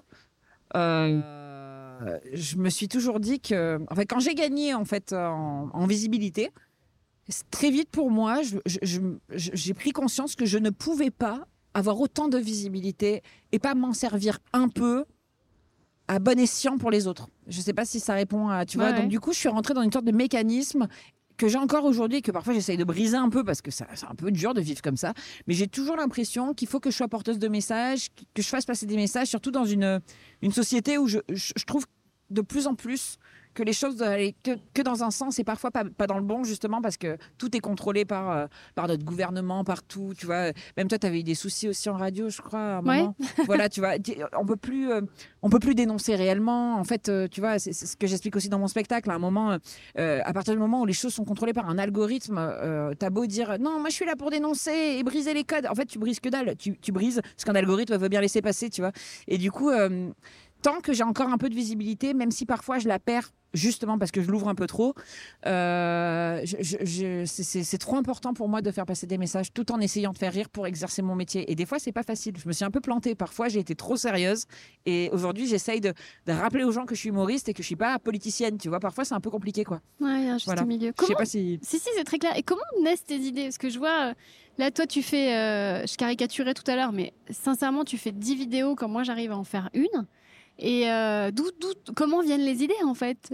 euh, je me suis toujours dit que, en fait, quand j'ai gagné en fait en, en visibilité, c'est très vite pour moi, je- je- je- je- j'ai pris conscience que je ne pouvais pas avoir autant de visibilité et pas m'en servir un peu à bon escient pour les autres. Je sais pas si ça répond à, tu Ouais, vois. ouais. Donc du coup, je suis rentrée dans une sorte de mécanisme que j'ai encore aujourd'hui et que parfois j'essaye de briser un peu parce que ça- c'est un peu dur de vivre comme ça. Mais j'ai toujours l'impression qu'il faut que je sois porteuse de messages, que je fasse passer des messages, surtout dans une, une société où je, je, je trouve de plus en plus que les choses doivent aller que, que dans un sens et parfois pas, pas dans le bon, justement parce que tout est contrôlé par, euh, par notre gouvernement, partout. Tu vois, même toi, tu avais eu des soucis aussi en radio, je crois, à un Ouais. moment. Voilà, tu vois, on peut plus, euh, on peut plus dénoncer réellement. En fait, euh, tu vois, c'est c'est ce que j'explique aussi dans mon spectacle. À un moment, euh, à partir du moment où les choses sont contrôlées par un algorithme, euh, t'as beau dire non, moi je suis là pour dénoncer et briser les codes. En fait, tu brises que dalle. Tu, tu brises ce qu'un algorithme veut bien laisser passer, tu vois. Et du coup. Euh, tant que j'ai encore un peu de visibilité, même si parfois je la perds justement parce que je l'ouvre un peu trop, euh, je, je, je, c'est, c'est trop important pour moi de faire passer des messages tout en essayant de faire rire pour exercer mon métier. Et des fois, c'est pas facile. Je me suis un peu plantée. Parfois, j'ai été trop sérieuse. Et aujourd'hui, j'essaye de, de rappeler aux gens que je suis humoriste et que je suis pas politicienne. Tu vois, parfois, c'est un peu compliqué, quoi. Ouais, il y a un juste Voilà. milieu. Je sais pas si... Si, si, c'est très clair. Et comment naissent tes idées? Parce que je vois, euh, là, toi, tu fais... Euh, je caricaturais tout à l'heure, mais sincèrement, tu fais dix vidéos quand moi, j'arrive à en faire une. Et euh, d'où, d'où, comment viennent les idées, en fait?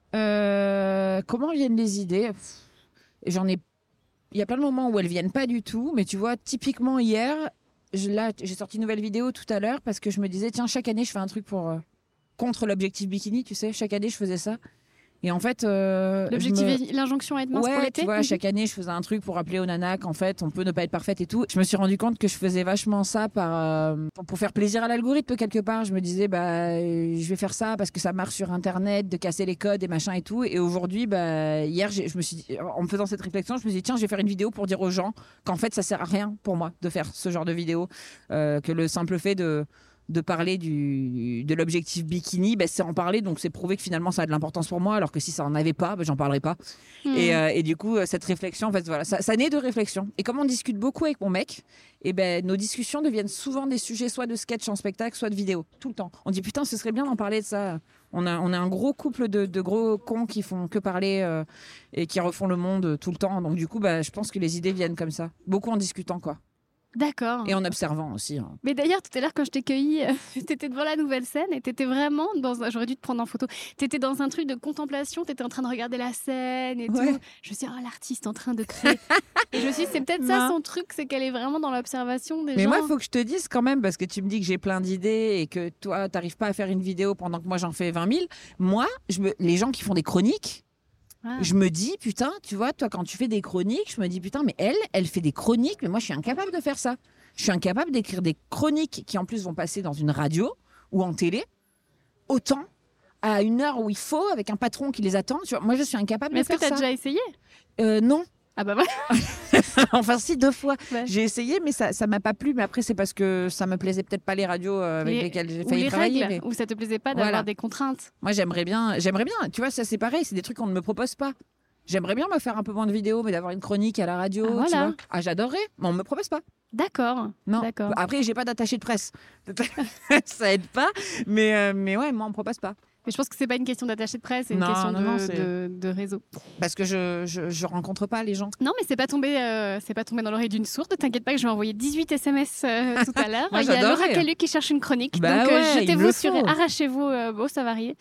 Euh, comment viennent les idées? J'en ai. Il y a plein de moments où elles viennent pas du tout, mais tu vois, typiquement hier, je, là, j'ai sorti une nouvelle vidéo tout à l'heure parce que je me disais, tiens, chaque année, je fais un truc pour euh, contre l'objectif bikini, tu sais, chaque année, je faisais ça. Et en fait, euh, l'objectif, me... est l'injonction à être mince ouais, pour l'été. Tu vois, chaque année, je faisais un truc pour rappeler aux nanas qu'en fait, on peut ne pas être parfaite et tout. Je me suis rendu compte que je faisais vachement ça par, euh, pour faire plaisir à l'algorithme quelque part. Je me disais, bah, je vais faire ça parce que ça marche sur Internet, de casser les codes et machin et tout. Et aujourd'hui, bah, hier, je me suis dit, en me faisant cette réflexion, je me suis dit, tiens, je vais faire une vidéo pour dire aux gens qu'en fait, ça sert à rien pour moi de faire ce genre de vidéo, euh, que le simple fait de de parler du, de l'objectif bikini, ben c'est en parler, donc c'est prouver que finalement ça a de l'importance pour moi, alors que si ça en avait pas, ben j'en parlerais pas. Mmh. Et, euh, et du coup, cette réflexion, en fait, voilà, ça, ça naît de réflexion. Et comme on discute beaucoup avec mon mec, et ben nos discussions deviennent souvent des sujets soit de sketch en spectacle, soit de vidéo, tout le temps. On dit putain, ce serait bien d'en parler de ça. On a, on a un gros couple de, de gros cons qui font que parler euh, et qui refont le monde tout le temps. Donc du coup, ben, je pense que les idées viennent comme ça, beaucoup en discutant, quoi. D'accord. Et en observant aussi. Hein. Mais d'ailleurs, tout à l'heure, quand je t'ai cueilli, euh, tu étais devant la nouvelle scène et tu étais vraiment dans un... J'aurais dû te prendre en photo. Tu étais dans un truc de contemplation, tu étais en train de regarder la scène et ouais. tout. Je me suis dit, oh, l'artiste en train de créer. Et je me suis dit, c'est peut-être ça son truc, c'est qu'elle est vraiment dans l'observation des Mais gens. Mais moi, il faut que je te dise quand même, parce que tu me dis que j'ai plein d'idées et que toi, tu n'arrives pas à faire une vidéo pendant que moi, j'en fais vingt mille. Moi, je me... les gens qui font des chroniques, Ah. je me dis, putain, tu vois, toi, quand tu fais des chroniques, je me dis, putain, mais elle, elle fait des chroniques, mais moi, je suis incapable de faire ça. Je suis incapable d'écrire des chroniques qui, en plus, vont passer dans une radio ou en télé, autant, à une heure où il faut, avec un patron qui les attend. Tu vois, moi, je suis incapable mais de faire ça. Est-ce que tu as déjà essayé euh, Non. Ah bah voilà. Enfin, si, deux fois. Ouais. J'ai essayé, mais ça ne m'a pas plu. Mais après, c'est parce que ça me plaisait peut-être pas les radios avec les... lesquelles j'ai failli les travailler. Règles, mais... Ou ça te plaisait pas d'avoir voilà. des contraintes. Moi, j'aimerais bien, j'aimerais bien. Tu vois, ça, c'est pareil. C'est des trucs qu'on ne me propose pas. J'aimerais bien me faire un peu moins de vidéos, mais d'avoir une chronique à la radio. Ah, voilà. Tu vois. Ah, j'adorerais, mais on ne me propose pas. D'accord. Non. D'accord. Après, j'ai pas d'attaché de presse. Ça aide pas. Mais, euh, mais ouais, moi, on me propose pas. Mais je pense que c'est pas une question d'attaché de presse, c'est une non, question non, de, non, de, de réseau. Parce que je, je, je rencontre pas les gens. Non, mais c'est pas tombé, euh, c'est pas tombé dans l'oreille d'une sourde. T'inquiète pas que je vais envoyer dix-huit S M S euh, tout à l'heure. Moi, il y a Laura Calu qui cherche une chronique. Bah donc ouais, euh, jetez-vous sur, arrachez-vous euh, au Savarié.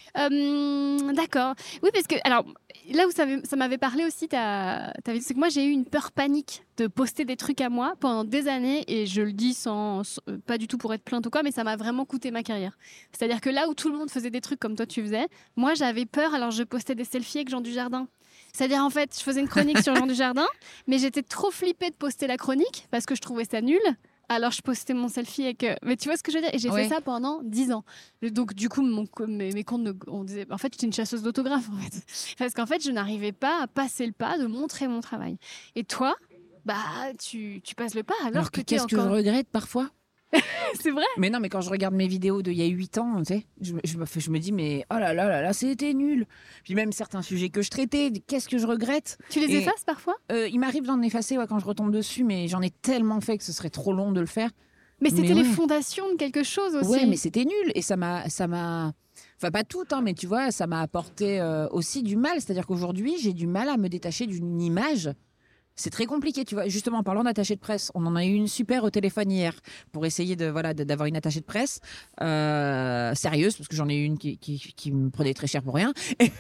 Euh, D'accord. Oui, parce que alors là où ça, ça m'avait parlé aussi, t'as, t'as vu, c'est que moi j'ai eu une peur panique de poster des trucs à moi pendant des années, et je le dis sans, sans pas du tout pour être plainte ou quoi, mais ça m'a vraiment coûté ma carrière. C'est-à-dire que là où tout le monde faisait des trucs comme toi tu faisais, moi j'avais peur, alors je postais des selfies avec Jean Dujardin. C'est-à-dire, en fait, je faisais une chronique sur Jean Dujardin, mais j'étais trop flippée de poster la chronique parce que je trouvais ça nul. Alors, je postais mon selfie avec... Mais tu vois ce que je veux dire? Et j'ai oui. fait ça pendant dix ans. Donc, du coup, mon, mes, mes comptes, on disait... En fait, j'étais une chasseuse d'autographes, en fait. Parce qu'en fait, je n'arrivais pas à passer le pas de montrer mon travail. Et toi, bah, tu, tu passes le pas alors, alors que, que qu'est-ce encore... que je regrette parfois? C'est vrai. Mais non, mais quand je regarde mes vidéos d'il y a huit ans, tu sais, je, je, me, je me dis, mais oh là là là là, c'était nul. Puis même certains sujets que je traitais, qu'est-ce que je regrette? Tu les Et, effaces parfois? euh, Il m'arrive d'en effacer ouais, quand je retombe dessus, mais j'en ai tellement fait que ce serait trop long de le faire. Mais c'était mais les ouais. fondations de quelque chose aussi. Ouais, mais c'était nul. Et ça m'a... Ça m'a... Enfin, pas tout, hein, mais tu vois, ça m'a apporté euh, aussi du mal. C'est-à-dire qu'aujourd'hui, j'ai du mal à me détacher d'une image. C'est très compliqué, tu vois. Justement, en parlant d'attaché de presse, on en a eu une super au téléphone hier pour essayer de, voilà, de, d'avoir une attachée de presse euh, sérieuse, parce que j'en ai une qui, qui, qui me prenait très cher pour rien. Et,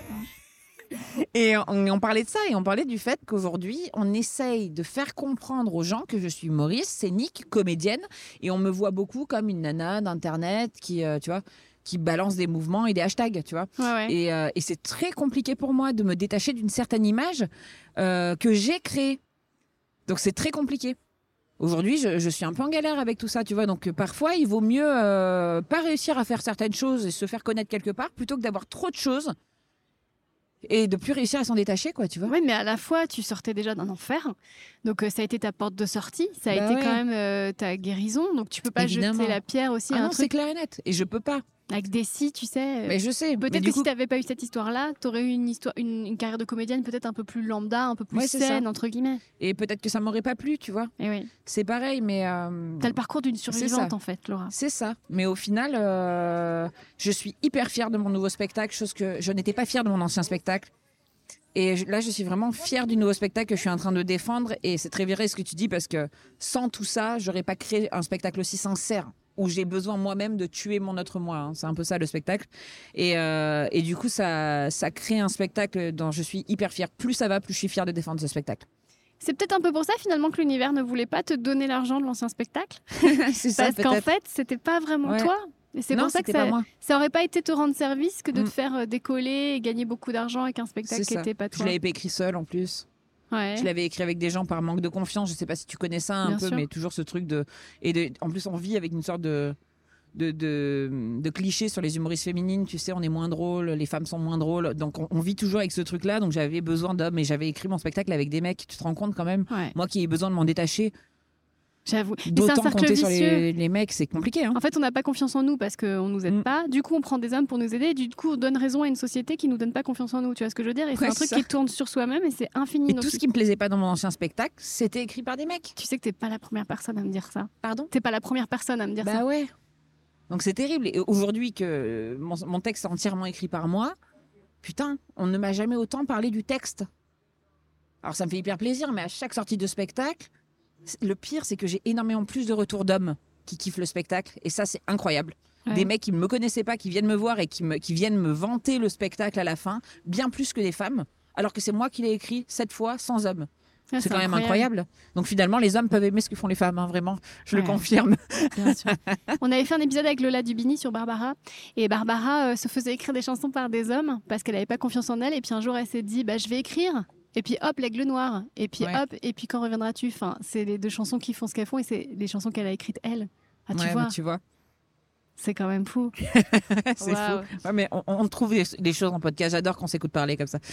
et on, on parlait de ça, et on parlait du fait qu'aujourd'hui, on essaye de faire comprendre aux gens que je suis humoriste, scénique, comédienne, et on me voit beaucoup comme une nana d'Internet qui, euh, tu vois, qui balance des mouvements et des hashtags, tu vois. Ouais, ouais. Et, euh, et c'est très compliqué pour moi de me détacher d'une certaine image euh, que j'ai créée. Donc, c'est très compliqué. Aujourd'hui, je, je suis un peu en galère avec tout ça, tu vois. Donc, parfois, il vaut mieux euh, pas réussir à faire certaines choses et se faire connaître quelque part plutôt que d'avoir trop de choses et de plus réussir à s'en détacher, quoi, tu vois. Oui, mais à la fois, tu sortais déjà d'un enfer. Donc, euh, ça a été ta porte de sortie. Ça a bah été ouais. quand même euh, ta guérison. Donc, tu peux pas Évidemment. jeter la pierre aussi ah à un non, truc. c'est clair et net. Et je peux pas. Avec Desi, tu sais. Mais je sais. Peut-être mais que du si coup... tu n'avais pas eu cette histoire-là, tu aurais eu une, histoire, une, une carrière de comédienne peut-être un peu plus lambda, un peu plus Ouais, c'est saine, ça. entre guillemets. Et peut-être que ça m'aurait pas plu, tu vois. Et oui. C'est pareil, mais... Euh... Tu as le parcours d'une survivante, ça. en fait, Laura. C'est ça. Mais au final, euh, je suis hyper fière de mon nouveau spectacle, chose que je n'étais pas fière de mon ancien spectacle. Et je, là, je suis vraiment fière du nouveau spectacle que je suis en train de défendre. Et c'est très vrai ce que tu dis, parce que sans tout ça, j'aurais pas créé un spectacle aussi sincère, où j'ai besoin moi-même de tuer mon autre moi. Hein. C'est un peu ça le spectacle. Et, euh, et du coup, ça, ça crée un spectacle dont je suis hyper fière. Plus ça va, plus je suis fière de défendre ce spectacle. C'est peut-être un peu pour ça finalement que l'univers ne voulait pas te donner l'argent de l'ancien spectacle. C'est ça, Parce qu'en peut-être. fait, c'était pas vraiment Ouais. toi. Et c'est Non, pour ça que c'était pas ça, moi. ça aurait pas été te rendre service que de Mm. te faire euh, décoller et gagner beaucoup d'argent avec un spectacle C'est qui ça. n'était pas Je toi. l'avais pas écrit seul en plus. Ouais. Je l'avais écrit avec des gens par manque de confiance. Je sais pas si tu connais ça un Bien peu, sûr. mais toujours ce truc de. Et de... en plus, on vit avec une sorte de. De, de, de clichés sur les humoristes féminines, tu sais, on est moins drôle, les femmes sont moins drôles, donc on, on vit toujours avec ce truc-là. Donc j'avais besoin d'hommes et j'avais écrit mon spectacle avec des mecs. Tu te rends compte quand même, Ouais. moi qui ai besoin de m'en détacher, J'avoue. Mais c'est un d'autant cercle compter vicieux. sur les, les mecs, c'est compliqué. Hein. En fait, on n'a pas confiance en nous parce qu'on nous aide Mm. pas. Du coup, on prend des hommes pour nous aider. Et du coup, on donne raison à une société qui nous donne pas confiance en nous. Tu vois ce que je veux dire? Et c'est Ouais, un truc c'est qui ça. tourne sur soi-même et c'est infini. Et Donc, tout ce qui me plaisait pas dans mon ancien spectacle, c'était écrit par des mecs. tu sais que t'es pas la première personne à me dire ça. Pardon? T'es pas la première personne à me dire Bah ça. ouais. Donc c'est terrible. Et aujourd'hui que mon, mon texte est entièrement écrit par moi, putain, on ne m'a jamais autant parlé du texte. Alors ça me fait hyper plaisir, mais à chaque sortie de spectacle, le pire c'est que j'ai énormément plus de retours d'hommes qui kiffent le spectacle. Et ça c'est incroyable. Ouais. Des mecs qui ne me connaissaient pas, qui viennent me voir et qui, me, qui viennent me vanter le spectacle à la fin, bien plus que des femmes, alors que c'est moi qui l'ai écrit cette fois sans hommes. Ah, C'est quand même incroyable. Donc finalement, les hommes peuvent aimer ce que font les femmes, hein, vraiment. Je Ouais. le confirme. Bien sûr. On avait fait un épisode avec Lola Dubini sur Barbara. Et Barbara euh, se faisait écrire des chansons par des hommes parce qu'elle n'avait pas confiance en elle. Et puis un jour, elle s'est dit, bah, je vais écrire. Et puis hop, l'aigle noir. Et puis Ouais. hop, et puis quand reviendras-tu? Enfin, c'est les deux chansons qui font ce qu'elles font et c'est les chansons qu'elle a écrites elle. Ah, tu Ouais, vois, mais tu vois. c'est quand même fou. C'est Waouh. fou. Ouais, mais on, on trouve des, des choses en podcast. J'adore qu'on s'écoute parler comme ça.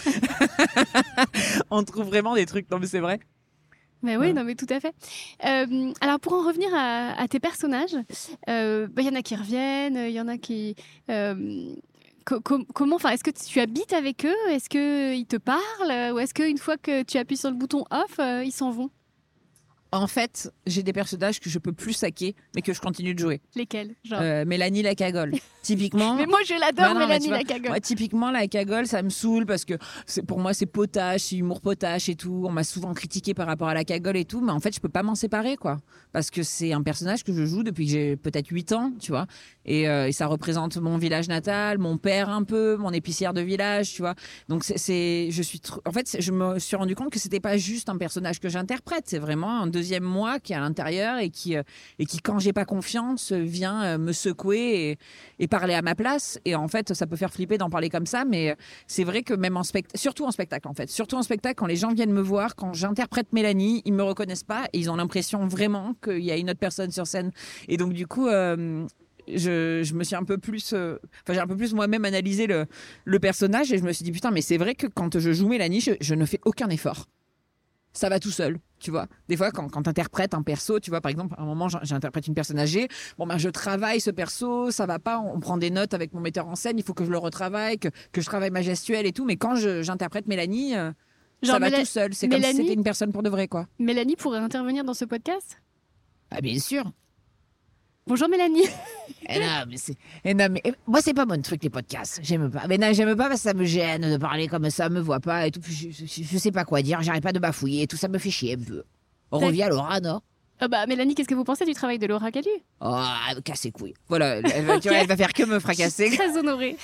On trouve vraiment des trucs. Non, mais c'est vrai. Mais oui, Ouais. non, mais tout à fait. Euh, alors, pour en revenir à, à tes personnages, il euh, bah, y en a qui reviennent, il y en a qui. euh, co- com- comment, enfin, est-ce que tu habites avec eux? Est-ce qu'ils te parlent? Ou est-ce qu'une fois que tu appuies sur le bouton off, euh, ils s'en vont? En fait, j'ai des personnages que je peux plus saquer, mais que je continue de jouer. Lesquels? Genre. Euh, Mélanie la cagole. Typiquement. Mais moi, je l'adore, Bah non, mais Mélanie tu vois, la cagole. Moi, typiquement, la cagole, ça me saoule parce que c'est, pour moi, c'est potache, c'est humour potache et tout. On m'a souvent critiqué par rapport à la cagole et tout, mais en fait, je peux pas m'en séparer, quoi. Parce que c'est un personnage que je joue depuis que j'ai peut-être huit ans, tu vois. Et, euh, et ça représente mon village natal, mon père un peu, mon épicière de village, tu vois. Donc, c'est, c'est je suis trop... En fait, je me suis rendu compte que c'était pas juste un personnage que j'interprète, c'est vraiment un deuxième moi qui est à l'intérieur et qui, euh, et qui quand j'ai pas confiance, vient euh, me secouer et, et parler à ma place. Et en fait, ça peut faire flipper d'en parler comme ça, mais c'est vrai que même en spectacle, surtout en spectacle en fait, surtout en spectacle, quand les gens viennent me voir, quand j'interprète Mélanie, ils me reconnaissent pas et ils ont l'impression vraiment qu'il y a une autre personne sur scène. Et donc du coup, euh, je, je me suis un peu plus, euh, enfin j'ai un peu plus moi-même analysé le, le personnage et je me suis dit putain, mais c'est vrai que quand je joue Mélanie, je, je ne fais aucun effort. Ça va tout seul, tu vois. Des fois, quand, quand tu interprètes un perso, tu vois, par exemple, à un moment, j'interprète une personne âgée. Bon, ben, je travaille ce perso, ça va pas, on prend des notes avec mon metteur en scène, il faut que je le retravaille, que, que je travaille ma gestuelle et tout. Mais quand je- j'interprète Mélanie, euh, Genre ça va Méla- tout seul. C'est comme si Mélanie- c'était une personne pour de vrai, quoi. Mélanie pourrait intervenir dans ce podcast? Ah, bien sûr. Bonjour Mélanie. Eh non, mais c'est... eh non, mais... eh, moi, c'est pas mon truc, les podcasts. J'aime pas. Mais non, j'aime pas parce que ça me gêne de parler comme ça, me voit pas et tout. Je, je, je sais pas quoi dire, j'arrête pas de bafouiller et tout, ça me fait chier un peu. On T'as- revient à Laura, non? Ah bah Mélanie, qu'est-ce que vous pensez du travail de Laura Calu? Oh, elle me casse les couilles. Voilà, elle, elle va- tu vois, elle va faire que me fracasser. Très honorée.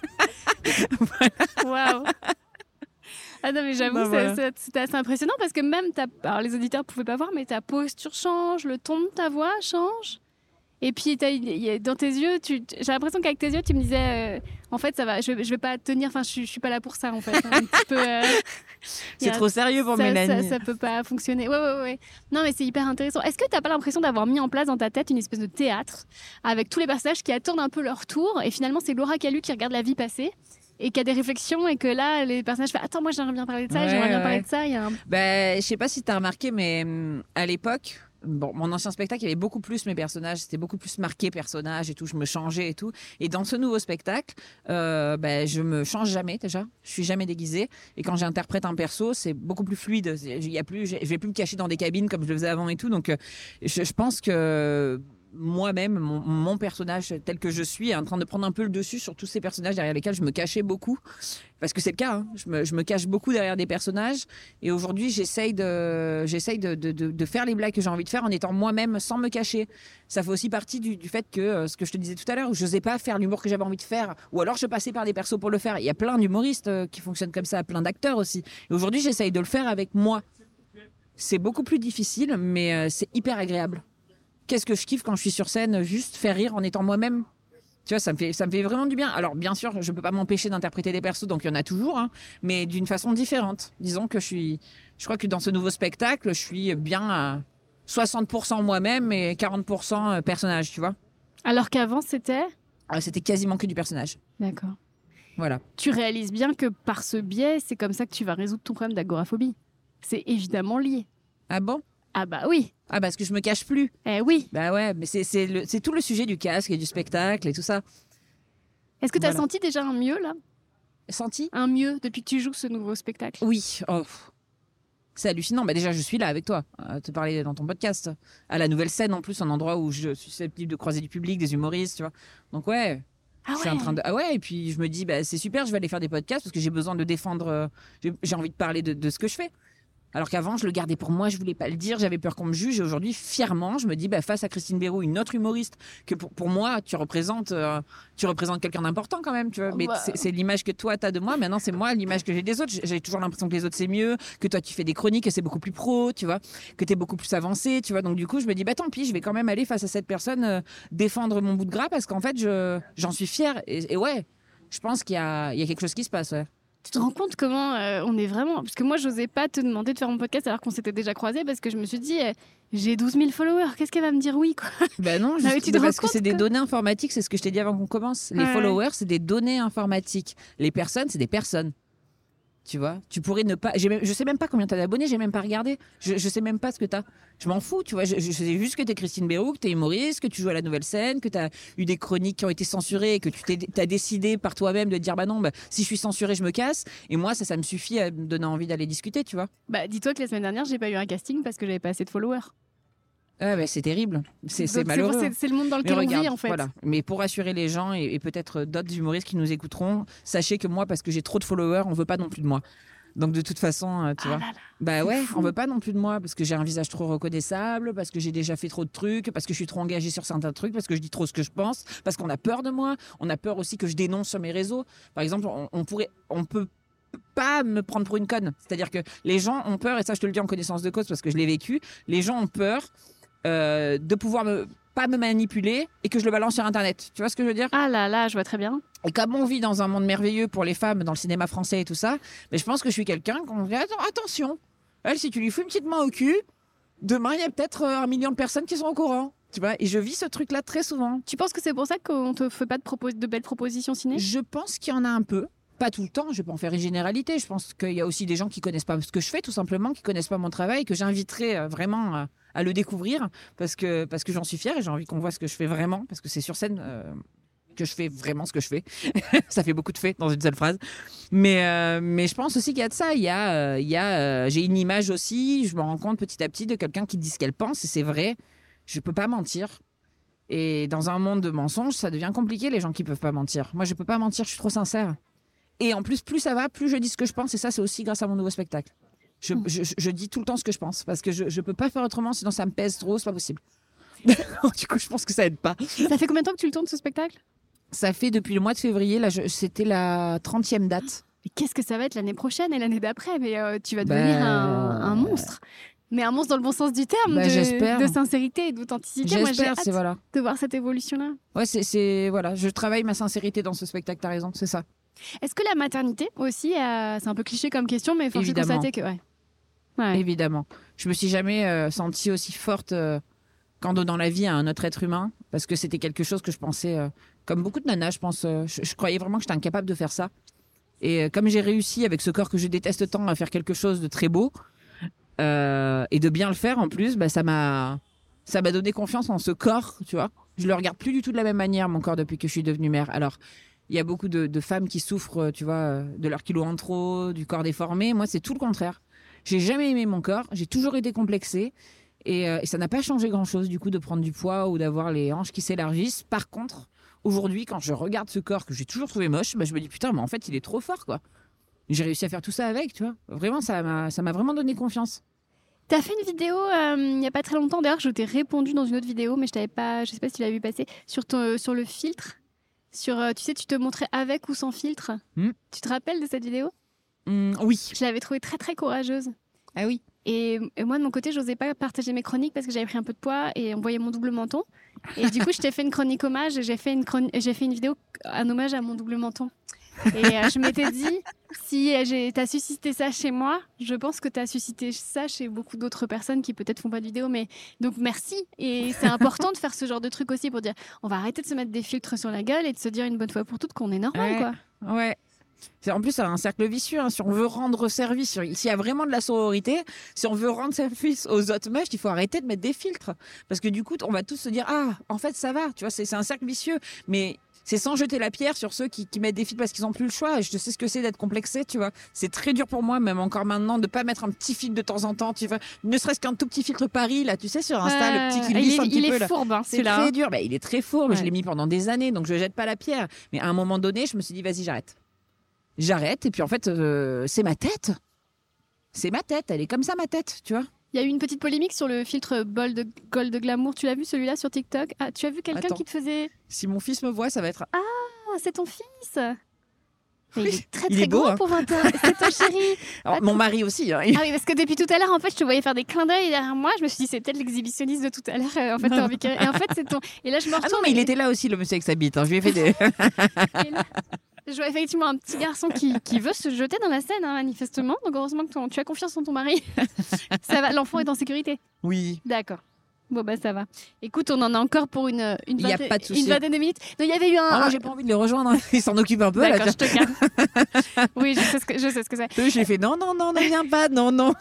Waouh. Ah non mais j'avoue, Bah, c'est- voilà. c'est- c'était assez impressionnant parce que même ta, alors les auditeurs pouvaient pas voir, mais ta posture change, le ton de ta voix change. Et puis t'as- il y a- dans tes yeux, tu- j'ai l'impression qu'avec tes yeux, tu me disais, euh, en fait, ça va, je, je vais pas tenir, enfin, je, suis- je suis pas là pour ça, en fait. Un petit peu, euh, il y C'est a- trop sérieux pour ça, Mélanie. Ça, ça peut pas fonctionner. Ouais, ouais, ouais. Non, mais c'est hyper intéressant. Est-ce que t'as pas l'impression d'avoir mis en place dans ta tête une espèce de théâtre avec tous les personnages qui attendent un peu leur tour et finalement c'est Laura Calu qui regarde la vie passer et qui a des réflexions et que là les personnages font attends moi j'aimerais bien parler de ça, Ouais, j'aimerais bien ouais. parler de ça. Il y a un... Ben, je sais pas si tu as remarqué, mais hum, à l'époque, Bon, mon ancien spectacle, il y avait beaucoup plus mes personnages, c'était beaucoup plus marqué personnage et tout, je me changeais et tout. Et dans ce nouveau spectacle, euh, ben, je me change jamais déjà, je suis jamais déguisée. Et quand j'interprète un perso, c'est beaucoup plus fluide. Il y a plus, je vais plus me cacher dans des cabines comme je le faisais avant et tout. Donc, euh, je, je pense que moi-même, mon, mon personnage tel que je suis est en train de prendre un peu le dessus sur tous ces personnages derrière lesquels je me cachais beaucoup. Parce que c'est le cas, hein. je, me, je me cache beaucoup derrière des personnages. Et aujourd'hui, j'essaye, de, j'essaye de, de, de, de faire les blagues que j'ai envie de faire en étant moi-même sans me cacher. Ça fait aussi partie du, du fait que, euh, ce que je te disais tout à l'heure, où je n'osais pas faire l'humour que j'avais envie de faire. Ou alors je passais par des persos pour le faire. Il y a plein d'humoristes euh, qui fonctionnent comme ça, plein d'acteurs aussi. Et aujourd'hui, j'essaye de le faire avec moi. C'est beaucoup plus difficile, mais euh, c'est hyper agréable. Qu'est-ce que je kiffe quand je suis sur scène, juste faire rire en étant moi-même. Tu vois, ça me fait, ça me fait vraiment du bien. Alors, bien sûr, je ne peux pas m'empêcher d'interpréter des persos, donc il y en a toujours, hein, mais d'une façon différente. Disons que je suis... Je crois que dans ce nouveau spectacle, je suis bien à soixante pour cent moi-même et quarante pour cent personnage, tu vois. Alors qu'avant, c'était Alors, c'était quasiment que du personnage. D'accord. Voilà. Tu réalises bien que par ce biais, c'est comme ça que tu vas résoudre ton problème d'agoraphobie. C'est évidemment lié. Ah bon ? Ah bah oui. Ah, parce que je me cache plus. Eh oui. Bah ouais, mais c'est, c'est, le, c'est tout le sujet du casque et du spectacle et tout ça. Est-ce que tu as Voilà. senti déjà un mieux, là ? Senti ? Un mieux depuis que tu joues ce nouveau spectacle ? Oui. Oh. C'est hallucinant. Bah déjà, je suis là avec toi, à te parler dans ton podcast. À la Nouvelle Scène, en plus, un endroit où je suis susceptible de croiser du public, des humoristes, tu vois. Donc ouais, Ah je suis ouais. en train de... Ah ouais, et puis je me dis, bah, c'est super, je vais aller faire des podcasts parce que j'ai besoin de défendre... euh, J'ai, j'ai envie de parler de, de ce que je fais. Alors qu'avant, je le gardais pour moi, je voulais pas le dire, j'avais peur qu'on me juge. Et aujourd'hui, fièrement, je me dis, bah, face à Christine Béroux, une autre humoriste, que pour, pour moi, tu représentes, euh, tu représentes quelqu'un d'important quand même. Tu vois. Mais Bah. c'est, c'est l'image que toi, tu as de moi. Maintenant, c'est moi l'image que j'ai des autres. J'ai, j'ai toujours l'impression que les autres, c'est mieux, que toi, tu fais des chroniques, que c'est beaucoup plus pro, tu vois, que tu es beaucoup plus avancé. Tu vois. Donc, du coup, je me dis, bah, tant pis, je vais quand même aller face à cette personne, euh, défendre mon bout de gras parce qu'en fait, je, j'en suis fière. Et, et ouais, je pense qu'il y a, il y a quelque chose qui se passe. Ouais. Tu te rends compte comment euh, on est vraiment... Parce que moi, j'osais pas te demander de faire mon podcast alors qu'on s'était déjà croisés parce que je me suis dit, euh, j'ai douze mille followers, qu'est-ce qu'elle va me dire oui, quoi. Ben non, Non, mais juste tu te rends parce que compte c'est des que- données informatiques, c'est ce que je t'ai dit avant qu'on commence. Les Ouais. followers, c'est des données informatiques. Les personnes, c'est des personnes. Tu vois, tu pourrais ne pas. J'ai même- je sais même pas combien t'as d'abonnés, j'ai même pas regardé. Je, je sais même pas ce que t'as. Je m'en fous, tu vois. Je, je sais juste que t'es Christine Béroux, que t'es humoriste, que tu joues à la Nouvelle Scène, que t'as eu des chroniques qui ont été censurées, et que tu t'es, t'as décidé par toi-même de dire bah non, bah, si je suis censurée, je me casse. Et moi, ça, ça me suffit à me donner envie d'aller discuter, tu vois. Bah, dis-toi que la semaine dernière, j'ai pas eu un casting parce que j'avais pas assez de followers. Ah bah, c'est terrible, c'est, c'est Donc, malheureux. C'est, c'est le monde dans Mais lequel on regarde, vit, en fait. voilà. Mais pour rassurer les gens et, et peut-être d'autres humoristes qui nous écouteront, sachez que moi, parce que j'ai trop de followers, on veut pas non plus de moi. Donc de toute façon, euh, tu Ah vois. là là. Bah ouais, fou. on veut pas non plus de moi parce que j'ai un visage trop reconnaissable, parce que j'ai déjà fait trop de trucs, parce que je suis trop engagée sur certains trucs, parce que je dis trop ce que je pense, parce qu'on a peur de moi. On a peur aussi que je dénonce sur mes réseaux. Par exemple, on, on pourrait, on peut pas me prendre pour une conne. C'est-à-dire que les gens ont peur, et ça je te le dis en connaissance de cause parce que je l'ai vécu. Les gens ont peur euh, de pouvoir me pas me manipuler et que je le balance sur Internet. Tu vois ce que je veux dire? Ah là là, je vois très bien. Et comme on vit dans un monde merveilleux pour les femmes, dans le cinéma français et tout ça, mais je pense que je suis quelqu'un qu'on dit Attends, attention, elle, si tu lui fous une petite main au cul, demain, il y a peut-être euh, un million de personnes qui sont au courant. Tu vois, et je vis ce truc-là très souvent. Tu penses que c'est pour ça qu'on te fait pas de, propos- de belles propositions ciné? Je pense qu'il y en a un peu. Pas tout le temps, je vais pas en faire une généralité. Je pense qu'il y a aussi des gens qui connaissent pas ce que je fais, tout simplement, qui connaissent pas mon travail, que j'inviterai euh, vraiment à, à le découvrir parce que, parce que j'en suis fière et j'ai envie qu'on voit ce que je fais vraiment, parce que c'est sur scène euh, que je fais vraiment ce que je fais. Ça fait beaucoup de faits dans une seule phrase. Mais, euh, mais je pense aussi qu'il y a de ça. Il y a, euh, il y a, euh, j'ai une image aussi, je me rends compte petit à petit de quelqu'un qui dit ce qu'elle pense et c'est vrai. Je peux pas mentir. Et dans un monde de mensonges, ça devient compliqué, les gens qui peuvent pas mentir. Moi, je peux pas mentir, je suis trop sincère. Et en plus, plus ça va, plus je dis ce que je pense. Et ça, c'est aussi grâce à mon nouveau spectacle. Je, je, je dis tout le temps ce que je pense. Parce que je ne peux pas faire autrement, sinon ça me pèse trop, c'est pas possible. Du coup, je pense que ça aide pas. Ça fait combien de temps que tu le tournes ce spectacle? Ça fait depuis le mois de février, là, je- c'était la trentième date. Mais qu'est-ce que ça va être l'année prochaine et l'année d'après? Mais euh, tu vas devenir Bah, un, un monstre. Mais un monstre dans le bon sens du terme, Bah, de, j'espère. de sincérité et d'authenticité. Moi, j'ai J'espère, hâte c'est voilà. de voir cette évolution-là. Ouais, c'est, c'est voilà, je travaille ma sincérité dans ce spectacle, t'as raison, c'est ça. Est-ce que la maternité aussi, euh, c'est un peu cliché comme question, mais force est de Évidemment. constater que... Ouais. Ouais. Évidemment. Je me suis jamais euh, sentie aussi forte euh, qu'en donnant la vie à un autre être humain, parce que c'était quelque chose que je pensais, euh, comme beaucoup de nanas, je pense, euh, je, je croyais vraiment que j'étais incapable de faire ça. Et euh, comme j'ai réussi avec ce corps que je déteste tant à faire quelque chose de très beau, euh, et de bien le faire en plus, bah, ça m'a ça m'a donné confiance en ce corps, tu vois. Je le regarde plus du tout de la même manière, mon corps, depuis que je suis devenue mère. Alors, il y a beaucoup de, de femmes qui souffrent, tu vois, de leur kilo en trop, du corps déformé. Moi, c'est tout le contraire. J'ai jamais aimé mon corps, j'ai toujours été complexée. Et, euh, et ça n'a pas changé grand-chose, du coup, de prendre du poids ou d'avoir les hanches qui s'élargissent. Par contre, aujourd'hui, quand je regarde ce corps que j'ai toujours trouvé moche, bah, je me dis, putain, mais en fait, il est trop fort, quoi. J'ai réussi à faire tout ça avec, tu vois. Vraiment, ça m'a, ça m'a vraiment donné confiance. T'as fait une vidéo euh, il n'y a pas très longtemps, d'ailleurs, je t'ai répondu dans une autre vidéo, mais je t'avais pas, je sais pas si tu l'as vu passer, sur, ton, sur le filtre. Sur, euh, tu sais, tu te montrais avec ou sans filtre. Mm. Tu te rappelles de cette vidéo? mm, Oui. Je l'avais trouvée très, très courageuse. Ah oui. Et, et moi, de mon côté, je n'osais pas partager mes chroniques parce que j'avais pris un peu de poids et on voyait mon double menton. Et du coup, je t'ai fait une chronique hommage et j'ai fait une, chroni- j'ai fait une vidéo en hommage à mon double menton. Et euh, je m'étais dit, si tu as suscité ça chez moi, je pense que tu as suscité ça chez beaucoup d'autres personnes qui peut-être font pas de vidéo. Mais donc merci. Et c'est important de faire ce genre de truc aussi pour dire, on va arrêter de se mettre des filtres sur la gueule et de se dire une bonne fois pour toutes qu'on est normal, ouais, quoi. Ouais. C'est, en plus, c'est un cercle vicieux. Hein. Si on veut rendre service, s'il y a vraiment de la sororité, si on veut rendre service aux autres meufs, il faut arrêter de mettre des filtres. Parce que du coup, on va tous se dire, ah, en fait, ça va. Tu vois, c'est, c'est un cercle vicieux. Mais c'est sans jeter la pierre sur ceux qui, qui mettent des filtres parce qu'ils n'ont plus le choix. Et je sais ce que c'est d'être complexé, tu vois. C'est très dur pour moi, même encore maintenant, de ne pas mettre un petit filtre de temps en temps. Tu vois, ne serait-ce qu'un tout petit filtre Paris, là, tu sais, sur Insta, euh, le petit qui glisse il est, un petit il peu. est Là. fourbe, hein, c'est très dur. Bah, il est très fourbe. Ouais. Je l'ai mis pendant des années, donc je ne jette pas la pierre. Mais à un moment donné, je me suis dit, vas-y, j'arrête. J'arrête, et puis en fait, euh, c'est ma tête. C'est ma tête, elle est comme ça, ma tête, tu vois. Il y a eu une petite polémique sur le filtre Bold Gold Glamour. Tu l'as vu celui-là sur TikTok? Ah, tu as vu quelqu'un Attends. qui te faisait... Si mon fils me voit, ça va être... Ah, c'est ton fils. Oui, il est très très il est beau, grand hein. pour vingt ans. C'est ton chéri. Alors, mon mari aussi. Hein. Ah oui, parce que depuis tout à l'heure, en fait, je te voyais faire des clins d'œil derrière moi. Je me suis dit, c'est peut-être l'exhibitionniste de tout à l'heure. En fait, t'as envie que... Et en fait, c'est ton... Et là, je me retourne... Ah non, mais et... il était là aussi, le monsieur avec sa bite. Hein. Je lui ai fait des... et là, je vois effectivement un petit garçon qui, qui veut se jeter dans la scène, hein, manifestement. Donc, heureusement que ton... tu as confiance en ton mari. Ça va, l'enfant est en sécurité. Oui. D'accord. Bon, bah ça va. Écoute, on en a encore pour une, une, y a vingtaine, pas de souci. une vingtaine de minutes. Non, il y avait eu un... Ah, moi, j'ai pas envie de le rejoindre. Il s'en occupe un peu. D'accord, là, je te calme. Oui, je sais ce que, je sais ce que c'est. Oui, j'ai fait non, non, non, ne viens pas, non, non.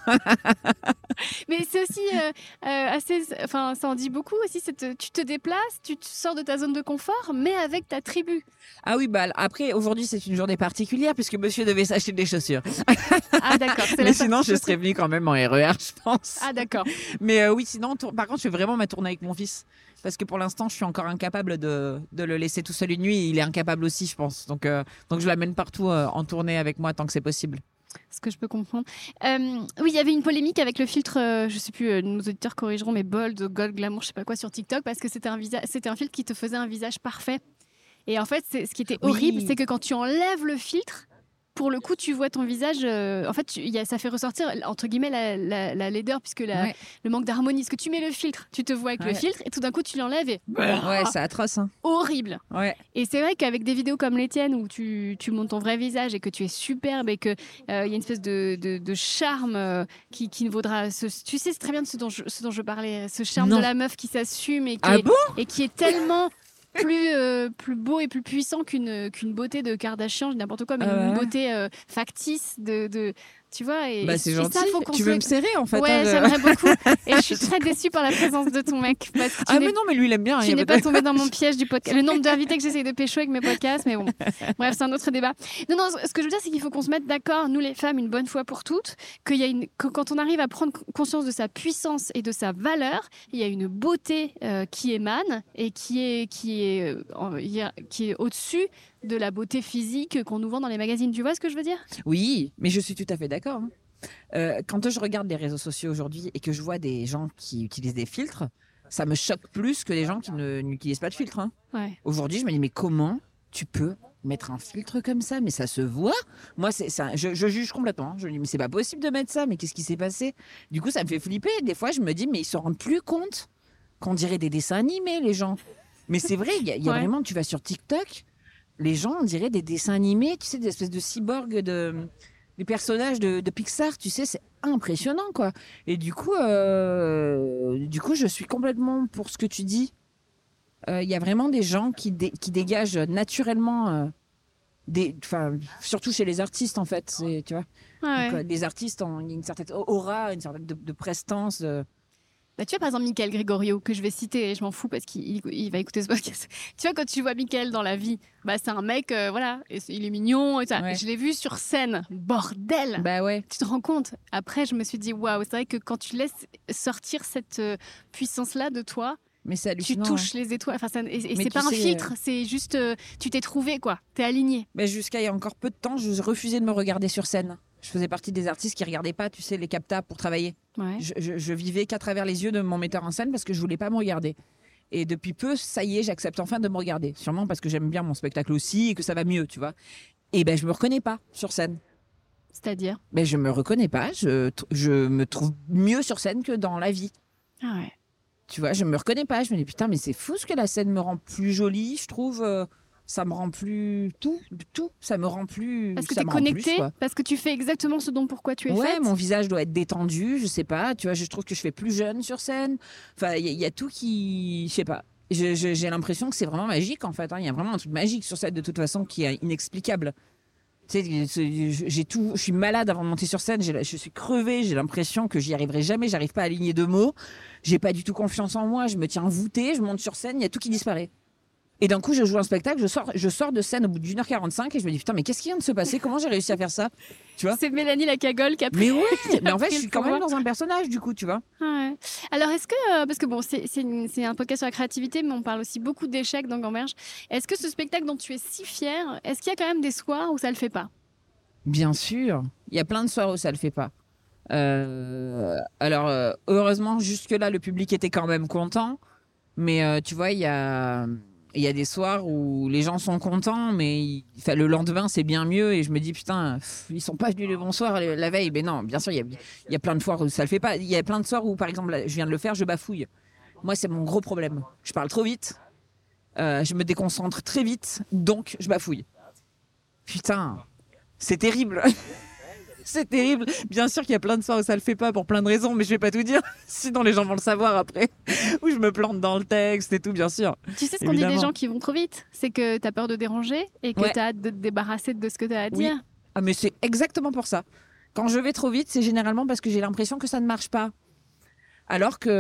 Mais c'est aussi euh, euh, assez... Enfin, ça en dit beaucoup aussi. C'est te, tu te déplaces, tu te sors de ta zone de confort, mais avec ta tribu. Ah oui, bah après, aujourd'hui, c'est une journée particulière puisque monsieur devait s'acheter des chaussures. Ah d'accord. C'est mais la sinon, je serais venue quand même en R E R, je pense. Ah d'accord. Mais euh, oui, sinon, tour... par contre, je fais vraiment ma tournée avec mon fils. Parce que pour l'instant, je suis encore incapable de, de le laisser tout seul une nuit. Il est incapable aussi, je pense. Donc, euh, donc je l'amène partout euh, en tournée avec moi tant que c'est possible. Ce que je peux comprendre. Euh, oui, il y avait une polémique avec le filtre, euh, je sais plus, euh, nos auditeurs corrigeront, mais Bold, Gold, Glamour, je sais pas quoi, sur TikTok, parce que c'était un, visa... c'était un filtre qui te faisait un visage parfait. Et en fait, c'est... ce qui était horrible, oui. c'est que quand tu enlèves le filtre, pour le coup, tu vois ton visage. Euh, en fait, tu, y a, ça fait ressortir, entre guillemets, la, la, la laideur, puisque la, ouais. le manque d'harmonie. Parce que tu mets le filtre, tu te vois avec ouais. le filtre, et tout d'un coup, tu l'enlèves et. Ouais, c'est atroce. Hein. Horrible. Ouais. Et c'est vrai qu'avec des vidéos comme les tiennes, où tu, tu montes ton vrai visage et que tu es superbe et qu'il euh, y a une espèce de, de, de charme euh, qui, qui ne vaudra. Ce, tu sais, c'est très bien de ce dont je, ce dont je parlais, ce charme non. de la meuf qui s'assume et qui, ah est, bon et qui est tellement. Plus, euh, plus beau et plus puissant qu'une, qu'une beauté de Kardashian, n'importe quoi, mais euh... une beauté euh, factice de, de, tu vois. Et, bah, c'est et gentil. ça, faut qu'on tu se... veux me serrer en fait. Ouais, hein, j'aimerais beaucoup. Et je suis très déçue par la présence de ton mec. Parce que tu ah mais non, mais lui il aime bien. Tu n'es pas tombé dans mon piège du podcast. Le nombre d'invités que j'essaye de pécho avec mes podcasts, mais bon. Bref, c'est un autre débat. Non, non, ce que je veux dire, c'est qu'il faut qu'on se mette d'accord, nous les femmes, une bonne fois pour toutes, qu'il y a une... que quand on arrive à prendre conscience de sa puissance et de sa valeur, il y a une beauté euh, qui émane et qui est, qui est, euh, qui est au-dessus de la beauté physique qu'on nous vend dans les magazines. Tu vois ce que je veux dire ? Oui, mais je suis tout à fait d'accord. Hein. Euh, quand je regarde les réseaux sociaux aujourd'hui et que je vois des gens qui utilisent des filtres, ça me choque plus que les gens qui ne, n'utilisent pas de filtre. Hein. Ouais. Aujourd'hui, je me dis, mais comment tu peux mettre un filtre comme ça? Mais ça se voit. Moi, c'est, c'est un, je, je juge complètement. Je me dis, mais c'est pas possible de mettre ça. Mais qu'est-ce qui s'est passé? Du coup, ça me fait flipper. Des fois, je me dis, mais ils se rendent plus compte qu'on dirait des dessins animés, les gens. Mais c'est vrai, il y a, y a ouais. vraiment, tu vas sur TikTok, les gens, on dirait des dessins animés, tu sais, des espèces de cyborgs, de, des personnages de, de Pixar, tu sais, c'est impressionnant, quoi. Et du coup, euh, du coup, je suis complètement pour ce que tu dis. Il euh, y a vraiment des gens qui, dé, qui dégagent naturellement, euh, des, surtout chez les artistes, en fait, c'est, tu vois. Ah ouais. Donc, euh, les artistes ont une certaine aura, une certaine de, de prestance. De... Bah, tu vois, par exemple, Michael Gregorio, que je vais citer, et je m'en fous parce qu'il il- il va écouter ce podcast. Tu vois, quand tu vois Michael dans la vie, bah, c'est un mec, euh, voilà, et c'est- il est mignon, et ça. Ouais. Je l'ai vu sur scène, bordel. Bah ouais. Tu te rends compte? Après, je me suis dit, waouh, c'est vrai que quand tu laisses sortir cette euh, puissance-là de toi, Mais c'est tu hallucinant. touches les étoiles. Enfin, ça- et et Mais c'est tu pas un sais, filtre, c'est juste, euh, tu t'es trouvé, quoi. T'es aligné. Mais jusqu'à il y a encore peu de temps, je refusais de me regarder sur scène. Je faisais partie des artistes qui regardaient pas, tu sais, les captas pour travailler. Ouais. Je, je, je vivais qu'à travers les yeux de mon metteur en scène parce que je voulais pas me regarder. Et depuis peu, ça y est, j'accepte enfin de me regarder. Sûrement parce que j'aime bien mon spectacle aussi et que ça va mieux, tu vois. Et ben, je me reconnais pas sur scène. C'est-à-dire? Ben, je me reconnais pas. Je, je me trouve mieux sur scène que dans la vie. Ah ouais. Tu vois, je me reconnais pas. Je me dis, putain, mais c'est fou ce que la scène me rend plus jolie, je trouve. euh, ça me rend plus tout, tout. Ça me rend plus. Parce que ça t'es me rend plus, connecté, quoi. parce que tu fais exactement ce dont pourquoi tu es Ouais, faite. mon visage doit être détendu, je sais pas. Tu vois, je trouve que je fais plus jeune sur scène. Enfin, il y, a- il y a tout qui, je sais pas. Je- je- J'ai l'impression que c'est vraiment magique en fait. hein. Il y a vraiment un truc magique sur scène de toute façon qui est inexplicable. Tu sais, c'est- j'ai tout. Je suis malade avant de monter sur scène. j'ai la- Je suis crevée. J'ai l'impression que j'y arriverai jamais. J'arrive pas à aligner deux mots. J'ai pas du tout confiance en moi. Je me tiens voûtée. Je monte sur scène. Il y a tout qui disparaît. Et d'un coup, je joue un spectacle, je sors, je sors de scène au bout d'une heure quarante-cinq et je me dis putain, mais qu'est-ce qui vient de se passer? Comment j'ai réussi à faire ça? Tu vois? C'est Mélanie la cagole qui a pris. Mais ouais, mais en fait, pris je le suis quand même pouvoir. dans un personnage du coup, tu vois? Ouais. Alors, est-ce que, euh, parce que bon, c'est c'est une- c'est un podcast sur la créativité, mais on parle aussi beaucoup d'échecs dans Gamberge. Est-ce que ce spectacle dont tu es si fière, est-ce qu'il y a quand même des soirs où ça le fait pas? Bien sûr, il y a plein de soirs où ça le fait pas. Euh, alors, euh, heureusement, jusque-là, le public était quand même content. Mais euh, tu vois, il y a, il y a des soirs où les gens sont contents, mais il- enfin, le lendemain, c'est bien mieux. Et je me dis, putain, pff, ils sont pas venus le bonsoir le- la veille. Mais non, bien sûr, il y a, il y a plein de soirs où ça le fait pas. Il y a plein de soirs où, par exemple, là, je viens de le faire, je bafouille. Moi, c'est mon gros problème. Je parle trop vite, euh, je me déconcentre très vite, donc je bafouille. Putain, c'est terrible. C'est terrible. Bien sûr qu'il y a plein de soirs où ça le fait pas pour plein de raisons, mais je vais pas tout dire. Sinon, les gens vont le savoir après. Où je me plante dans le texte et tout, bien sûr. Tu sais ce qu'on dit des Évidemment. gens qui vont trop vite? C'est que tu as peur de déranger et que Ouais. tu as hâte de te débarrasser de ce que tu as à Oui. dire. Ah, mais c'est exactement pour ça. Quand je vais trop vite, c'est généralement parce que j'ai l'impression que ça ne marche pas. Alors que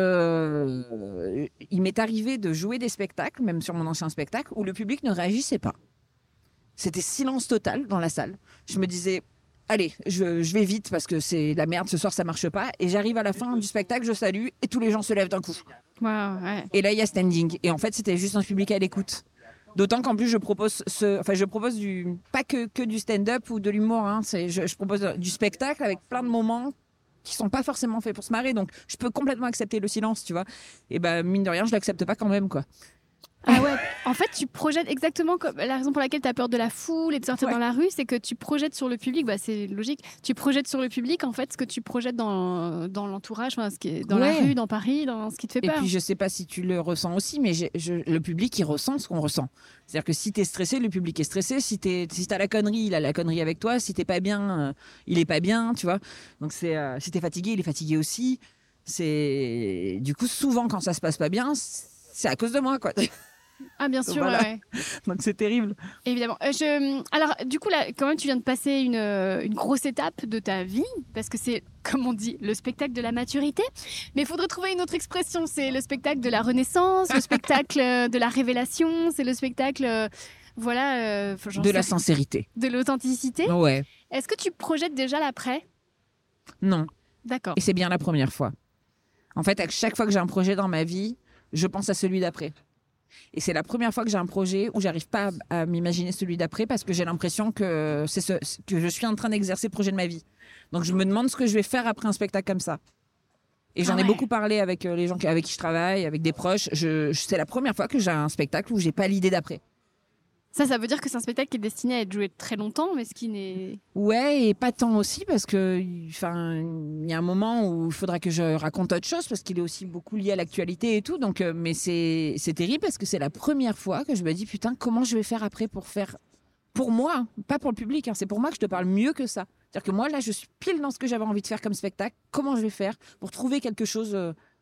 euh, il m'est arrivé de jouer des spectacles, même sur mon ancien spectacle, où le public ne réagissait pas. C'était silence total dans la salle. Je me disais, allez, je, je vais vite parce que c'est la merde, ce soir ça marche pas. Et j'arrive à la fin du spectacle, je salue et tous les gens se lèvent d'un coup. Waouh, ouais. Et là, il y a standing. Et en fait, c'était juste un public à l'écoute. D'autant qu'en plus, je propose, ce, enfin, je propose du, pas que, que du stand-up ou de l'humour. Hein, c'est, je, je propose du spectacle avec plein de moments qui sont pas forcément faits pour se marrer. Donc, je peux complètement accepter le silence, tu vois. Et ben, mine de rien, je l'accepte pas quand même, quoi. Ah ouais, en fait, tu projettes exactement comme la raison pour laquelle tu as peur de la foule et de sortir Ouais. dans la rue, c'est que tu projettes sur le public, bah c'est logique, tu projettes sur le public en fait ce que tu projettes dans, dans l'entourage, enfin, ce qui est dans la Ouais. rue, dans Paris, dans ce qui te fait Et peur. puis, je sais pas si tu le ressens aussi, mais j'ai- je- le public, il ressent ce qu'on ressent. C'est-à-dire que si t'es stressé, le public est stressé. Si t'es, si t'as la connerie, il a la connerie avec toi. Si t'es pas bien, euh, il est pas bien, tu vois. Donc, c'est, euh, si t'es fatigué, il est fatigué aussi. C'est, du coup, souvent, quand ça se passe pas bien, c'est à cause de moi, quoi. Ah bien sûr, Voilà. ouais, ouais. Donc, c'est terrible. Évidemment. Euh, je... Alors, du coup, là, quand même, tu viens de passer une, euh, une grosse étape de ta vie, parce que c'est, comme on dit, le spectacle de la maturité. Mais il faudrait trouver une autre expression. C'est le spectacle de la renaissance, le spectacle euh, de la révélation, c'est le spectacle, euh, voilà, euh, j'en De sais la rien. sincérité. De l'authenticité. Ouais. Est-ce que tu projettes déjà l'après? Non. D'accord. Et c'est bien la première fois. En fait, à chaque fois que j'ai un projet dans ma vie, je pense à celui d'après. Et c'est la première fois que j'ai un projet où j'arrive pas à, à m'imaginer celui d'après parce que j'ai l'impression que c'est ce, que je suis en train d'exercer le projet de ma vie. Donc je me demande ce que je vais faire après un spectacle comme ça. Et j'en Ah ai ouais. beaucoup parlé avec euh, les gens qui- avec qui je travaille, avec des proches. Je, je- c'est la première fois que j'ai un spectacle où j'ai pas l'idée d'après. Ça, ça veut dire que c'est un spectacle qui est destiné à être joué très longtemps, mais ce qui n'est... Ouais, et pas tant aussi parce que, enfin, il y a un moment où il faudra que je raconte autre chose parce qu'il est aussi beaucoup lié à l'actualité et tout. Donc, euh, mais c'est c'est terrible parce que c'est la première fois que je me dis putain comment je vais faire après pour faire pour moi, hein, pas pour le public. Hein, c'est pour moi que je te parle mieux que ça. C'est-à-dire que moi là, je suis pile dans ce que j'avais envie de faire comme spectacle. Comment je vais faire pour trouver quelque chose euh,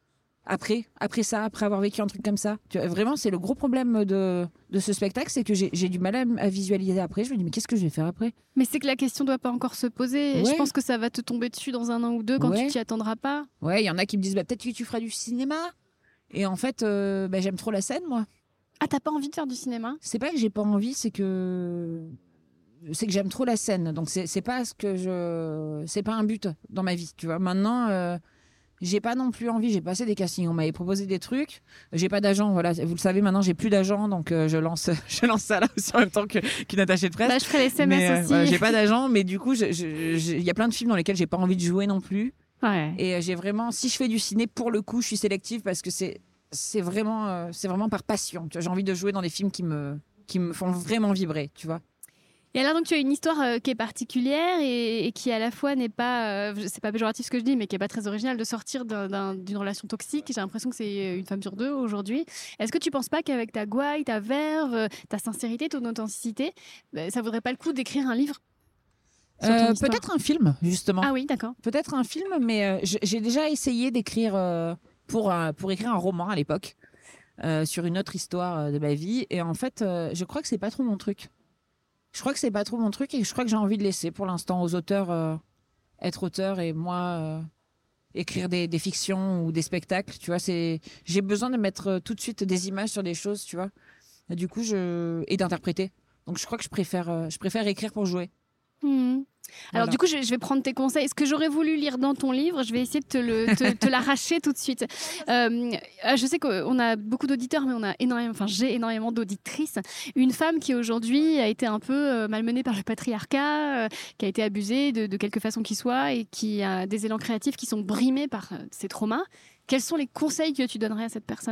après, après ça, après avoir vécu un truc comme ça. Tu vois, vraiment, c'est le gros problème de, de ce spectacle, c'est que j'ai, j'ai du mal à, à visualiser après. Je me dis, mais qu'est-ce que je vais faire après ? Mais c'est que la question doit pas encore se poser. Ouais. Je pense que ça va te tomber dessus dans un an ou deux quand Ouais. tu t'y attendras pas. Ouais, il y en a qui me disent, bah, peut-être que tu feras du cinéma. Et en fait, euh, bah, j'aime trop la scène, moi. Ah, t'as pas envie de faire du cinéma ? C'est pas que j'ai pas envie, c'est que c'est que j'aime trop la scène. Donc c'est c'est pas ce que je c'est pas un but dans ma vie, tu vois. Maintenant euh, j'ai pas non plus envie, j'ai passé des castings, on m'avait proposé des trucs, j'ai pas d'agent, voilà, vous le savez maintenant, j'ai plus d'agent, donc euh, je lance je lance ça là aussi en même temps que qu'une attachée de presse. Bah, je ferai les S M S Mais, euh, aussi. voilà, j'ai pas d'agent, mais du coup, je- je- je- il y a plein de films dans lesquels j'ai pas envie de jouer non plus. Ouais. Et euh, j'ai vraiment, si je fais du ciné, pour le coup, je suis sélective parce que c'est c'est vraiment euh, c'est vraiment par passion. Tu vois, j'ai envie de jouer dans des films qui me qui me font vraiment vibrer, tu vois. Et alors, donc, tu as une histoire euh, qui est particulière et, et qui, à la fois, n'est pas, euh, c'est pas péjoratif ce que je dis, mais qui est pas très originale de sortir d'un- d'un- d'une relation toxique. J'ai l'impression que c'est une femme sur deux aujourd'hui. Est-ce que tu penses pas qu'avec ta gouaille, ta verve, euh, ta sincérité, ton authenticité, bah, ça vaudrait pas le coup d'écrire un livre sur ton Euh, histoire ? peut-être un film, justement. Ah oui, d'accord. Peut-être un film, mais euh, je- j'ai déjà essayé d'écrire euh, pour, un- pour écrire un roman à l'époque euh, sur une autre histoire euh, de ma vie. Et en fait, euh, je crois que c'est pas trop mon truc. Je crois que c'est pas trop mon truc et je crois que j'ai envie de laisser pour l'instant aux auteurs euh, être auteurs et moi euh, écrire des, des fictions ou des spectacles. Tu vois, c'est j'ai besoin de mettre euh, tout de suite des images sur des choses, tu vois. Et du coup, je et d'interpréter. Donc, je crois que je préfère euh, je préfère écrire pour jouer. Mhm. Alors Voilà. du coup, je, je vais prendre tes conseils. Ce que j'aurais voulu lire dans ton livre, je vais essayer de te, le, te, te l'arracher tout de suite. Euh, je sais qu'on a beaucoup d'auditeurs, mais on a énormément, enfin j'ai énormément d'auditrices. Une femme qui aujourd'hui a été un peu euh, malmenée par le patriarcat, euh, qui a été abusée de, de quelque façon qu'il soit, et qui a des élans créatifs qui sont brimés par euh, ses traumas. Quels sont les conseils que tu donnerais à cette personne ?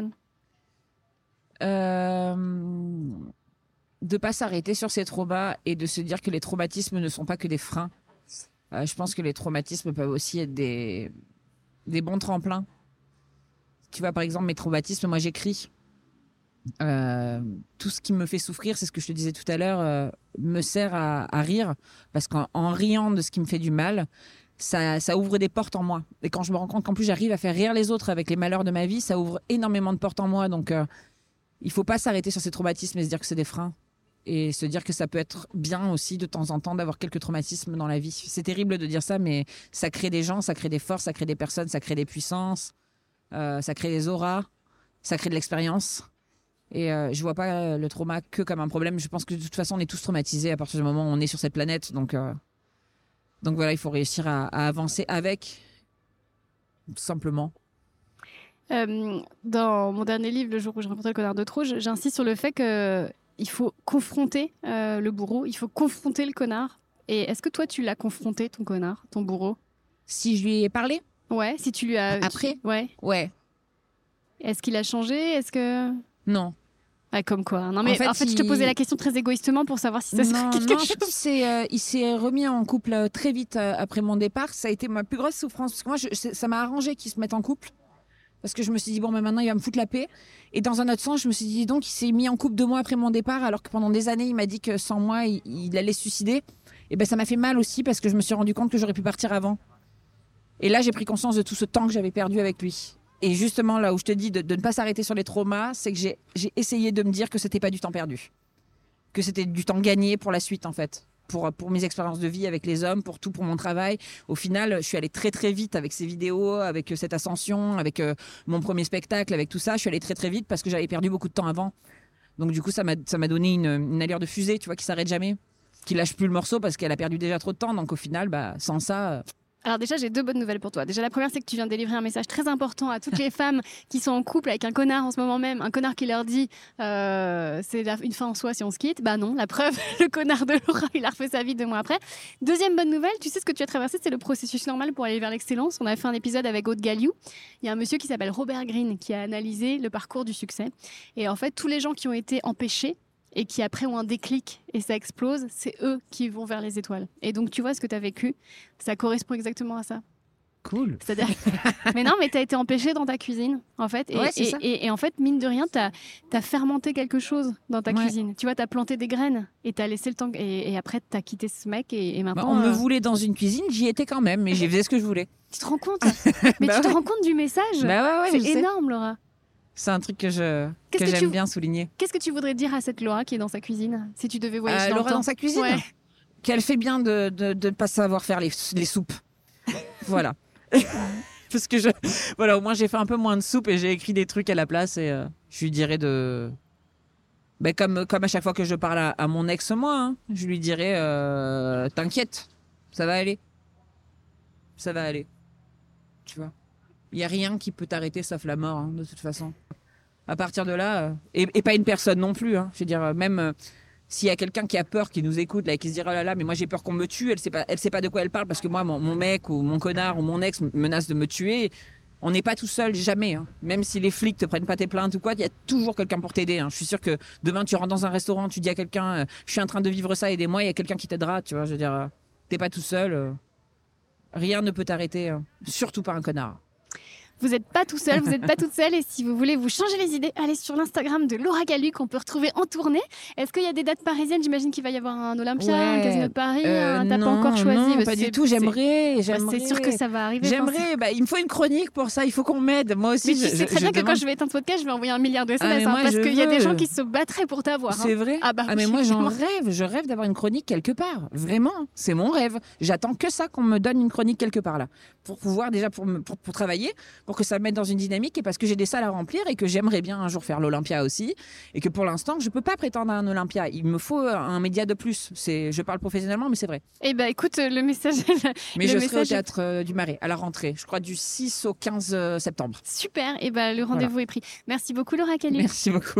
Euh, de pas s'arrêter sur ses traumas et de se dire que les traumatismes ne sont pas que des freins. Euh, je pense que les traumatismes peuvent aussi être des, des bons tremplins. Tu vois, par exemple, mes traumatismes, moi j'écris. Euh, tout ce qui me fait souffrir, c'est ce que je te disais tout à l'heure, euh, me sert à, à rire. Parce qu'en en riant de ce qui me fait du mal, ça, ça ouvre des portes en moi. Et quand je me rends compte qu'en plus j'arrive à faire rire les autres avec les malheurs de ma vie, ça ouvre énormément de portes en moi. Donc euh, il faut pas s'arrêter sur ces traumatismes et se dire que c'est des freins. Et se dire que ça peut être bien aussi de temps en temps d'avoir quelques traumatismes dans la vie. C'est terrible de dire ça, mais ça crée des gens, ça crée des forces, ça crée des personnes, ça crée des puissances, euh, ça crée des auras, ça crée de l'expérience. Et euh, je vois pas le trauma que comme un problème. Je pense que de toute façon, on est tous traumatisés à partir du moment où on est sur cette planète. Donc, euh, donc voilà, il faut réussir à, à avancer avec, tout simplement. Euh, dans mon dernier livre, Le jour où j'ai rencontré le connard de trop, j'insiste sur le fait que il faut confronter euh, le bourreau, il faut confronter le connard. Et est-ce que toi, tu l'as confronté, ton connard, ton bourreau ? Si je lui ai parlé ? Ouais, si tu lui as... Après ? tu- Ouais. Ouais. Est-ce qu'il a changé ? Est-ce que... Non. Ah, comme quoi. Non, mais en En fait, fait, je te il- posais la question très égoïstement pour savoir si ça serait non, quelque non, en chose. fait, il s'est, euh, il s'est remis en couple euh, très vite euh, après mon départ. Ça a été ma plus grosse souffrance. Parce que moi, je- c'est- ça m'a arrangé qu'il se mette en couple. Parce que je me suis dit, bon, mais maintenant, il va me foutre la paix. Et dans un autre sens, je me suis dit, donc, il s'est mis en couple deux mois après mon départ, alors que pendant des années, il m'a dit que sans moi, il, il allait se suicider. Et ben, ça m'a fait mal aussi, parce que je me suis rendu compte que j'aurais pu partir avant. Et là, j'ai pris conscience de tout ce temps que j'avais perdu avec lui. Et justement, là où je te dis de, de ne pas s'arrêter sur les traumas, c'est que j'ai, j'ai essayé de me dire que c'était pas du temps perdu. Que c'était du temps gagné pour la suite, en fait. Pour, pour mes expériences de vie avec les hommes, pour tout, pour mon travail. Au final, je suis allée très très vite avec ces vidéos, avec euh, cette ascension, avec euh, mon premier spectacle, avec tout ça. Je suis allée très très vite parce que j'avais perdu beaucoup de temps avant. Donc du coup, ça m'a, ça m'a donné une, une allure de fusée, tu vois, qui s'arrête jamais, qui lâche plus le morceau parce qu'elle a perdu déjà trop de temps. Donc au final, bah, sans ça... euh, Alors déjà, j'ai deux bonnes nouvelles pour toi. Déjà, la première, c'est que tu viens de délivrer un message très important à toutes les femmes qui sont en couple avec un connard en ce moment même. Un connard qui leur dit euh, c'est la- une fin en soi si on se quitte. Bah non, la preuve, le connard de Laura, il a refait sa vie deux mois après. Deuxième bonne nouvelle, tu sais ce que tu as traversé, c'est le processus normal pour aller vers l'excellence. On a fait un épisode avec Aude Galliou. Il y a un monsieur qui s'appelle Robert Greene qui a analysé le parcours du succès. Et en fait, tous les gens qui ont été empêchés et qui après ont un déclic et ça explose, c'est eux qui vont vers les étoiles. Et donc tu vois ce que tu as vécu, ça correspond exactement à ça. Cool. C'est-à-dire... mais non, mais tu as été empêché dans ta cuisine, en fait. Et, Ouais, c'est et, ça. et, et en fait, mine de rien, tu as fermenté quelque chose dans ta Ouais. cuisine. Tu vois, tu as planté des graines et tu as laissé le temps. Et, et après, tu as quitté ce mec et, et Bah, maintenant... on me euh, voulait dans une cuisine, j'y étais quand même, mais j'y faisais ce que je voulais. Tu te rends compte Mais Bah tu te ouais. rends compte du message Bah ouais, ouais, je C'est sais. énorme, Laura. C'est un truc que je Qu'est-ce que que j'aime tu- bien souligner. Qu'est-ce que tu voudrais dire à cette Laura qui est dans sa cuisine si tu devais voyager Euh, dans Laura le temps dans sa cuisine, Ouais. qu'elle fait bien de de de pas savoir faire les, les soupes. Voilà. Parce que je voilà, au moins j'ai fait un peu moins de soupe et j'ai écrit des trucs à la place et euh, je lui dirais de ben, comme comme à chaque fois que je parle à, à mon ex moi, hein, je lui dirais euh, t'inquiète, ça va aller. Ça va aller. Tu vois. Il y a rien qui peut t'arrêter sauf la mort hein, de toute façon. À partir de là euh, et, et pas une personne non plus hein. Je veux dire euh, même euh, s'il y a quelqu'un qui a peur, qui nous écoute, là, et qui se dit oh là là, mais moi j'ai peur qu'on me tue, elle sait pas, elle sait pas de quoi elle parle parce que moi, mon, mon mec ou mon connard ou mon ex me menace de me tuer. On n'est pas tout seul, jamais. Hein. Même si les flics te prennent pas tes plaintes ou quoi, il y a toujours quelqu'un pour t'aider. Hein. Je suis sûr que demain tu rentres dans un restaurant, tu dis à quelqu'un, euh, je suis en train de vivre ça, aidez-moi, il y a quelqu'un qui t'aidera. Tu vois, je veux dire, euh, t'es pas tout seul. euh, rien ne peut t'arrêter, euh, surtout pas un connard. Vous n'êtes pas tout seul, vous n'êtes pas toute seule. Et si vous voulez vous changer les idées, allez sur l'Instagram de Laura Galu qu'on peut retrouver en tournée. Est-ce qu'il y a des dates parisiennes? J'imagine qu'il va y avoir un Olympia, un Ouais. Casino de Paris. Euh, un... T'as pas non, encore choisi? non, Bah, pas c'est- du tout. c'est- J'aimerais, bah, j'aimerais. C'est sûr que ça va arriver. je pense. J'aimerais. Bah, il me faut une chronique pour ça. Il faut qu'on m'aide. Moi aussi. Mais tu je, sais je- très je bien que demande- quand je vais éteindre ce podcast, je vais envoyer un milliard de S M S. Ah, mais hein, moi, parce je qu'il y a des veux. gens qui se battraient pour t'avoir. hein. C'est vrai. Ah bah mais oui, moi j'en clairement. rêve, je rêve d'avoir une chronique quelque part. Vraiment, c'est mon rêve. J'attends que ça qu'on me donne une chronique quelque part là, pour pouvoir déjà pour me, pour, pour travailler, pour que ça me mette dans une dynamique et parce que j'ai des salles à remplir et que j'aimerais bien un jour faire l'Olympia aussi et que pour l'instant je peux pas prétendre à un Olympia. Il me faut un média de plus. C'est, je parle professionnellement, mais c'est vrai. Eh ben écoute, le message. Mais Le je serai au message est- théâtre euh, du Marais à la rentrée. Je crois du six au quinze euh, septembre. Super. Et ben le rendez-vous est pris. Merci beaucoup, Laura Galu. Merci beaucoup.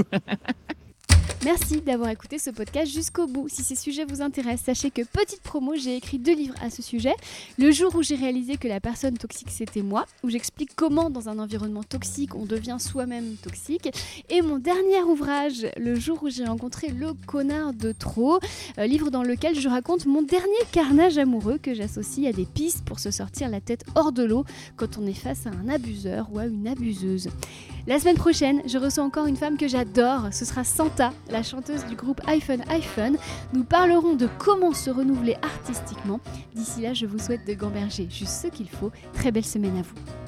Merci d'avoir écouté ce podcast jusqu'au bout. Si ces sujets vous intéressent, sachez que petite promo, j'ai écrit deux livres à ce sujet. Le jour où j'ai réalisé que la personne toxique c'était moi, où j'explique comment dans un environnement toxique on devient soi-même toxique. Et mon dernier ouvrage, Le jour où j'ai rencontré le connard de trop, euh, livre dans lequel je raconte mon dernier carnage amoureux que j'associe à des pistes pour se sortir la tête hors de l'eau quand on est face à un abuseur ou à une abuseuse. La semaine prochaine, je reçois encore une femme que j'adore. Ce sera Santa, la chanteuse du groupe iPhone iPhone. Nous parlerons de comment se renouveler artistiquement. D'ici là, je vous souhaite de gamberger juste ce qu'il faut. Très belle semaine à vous.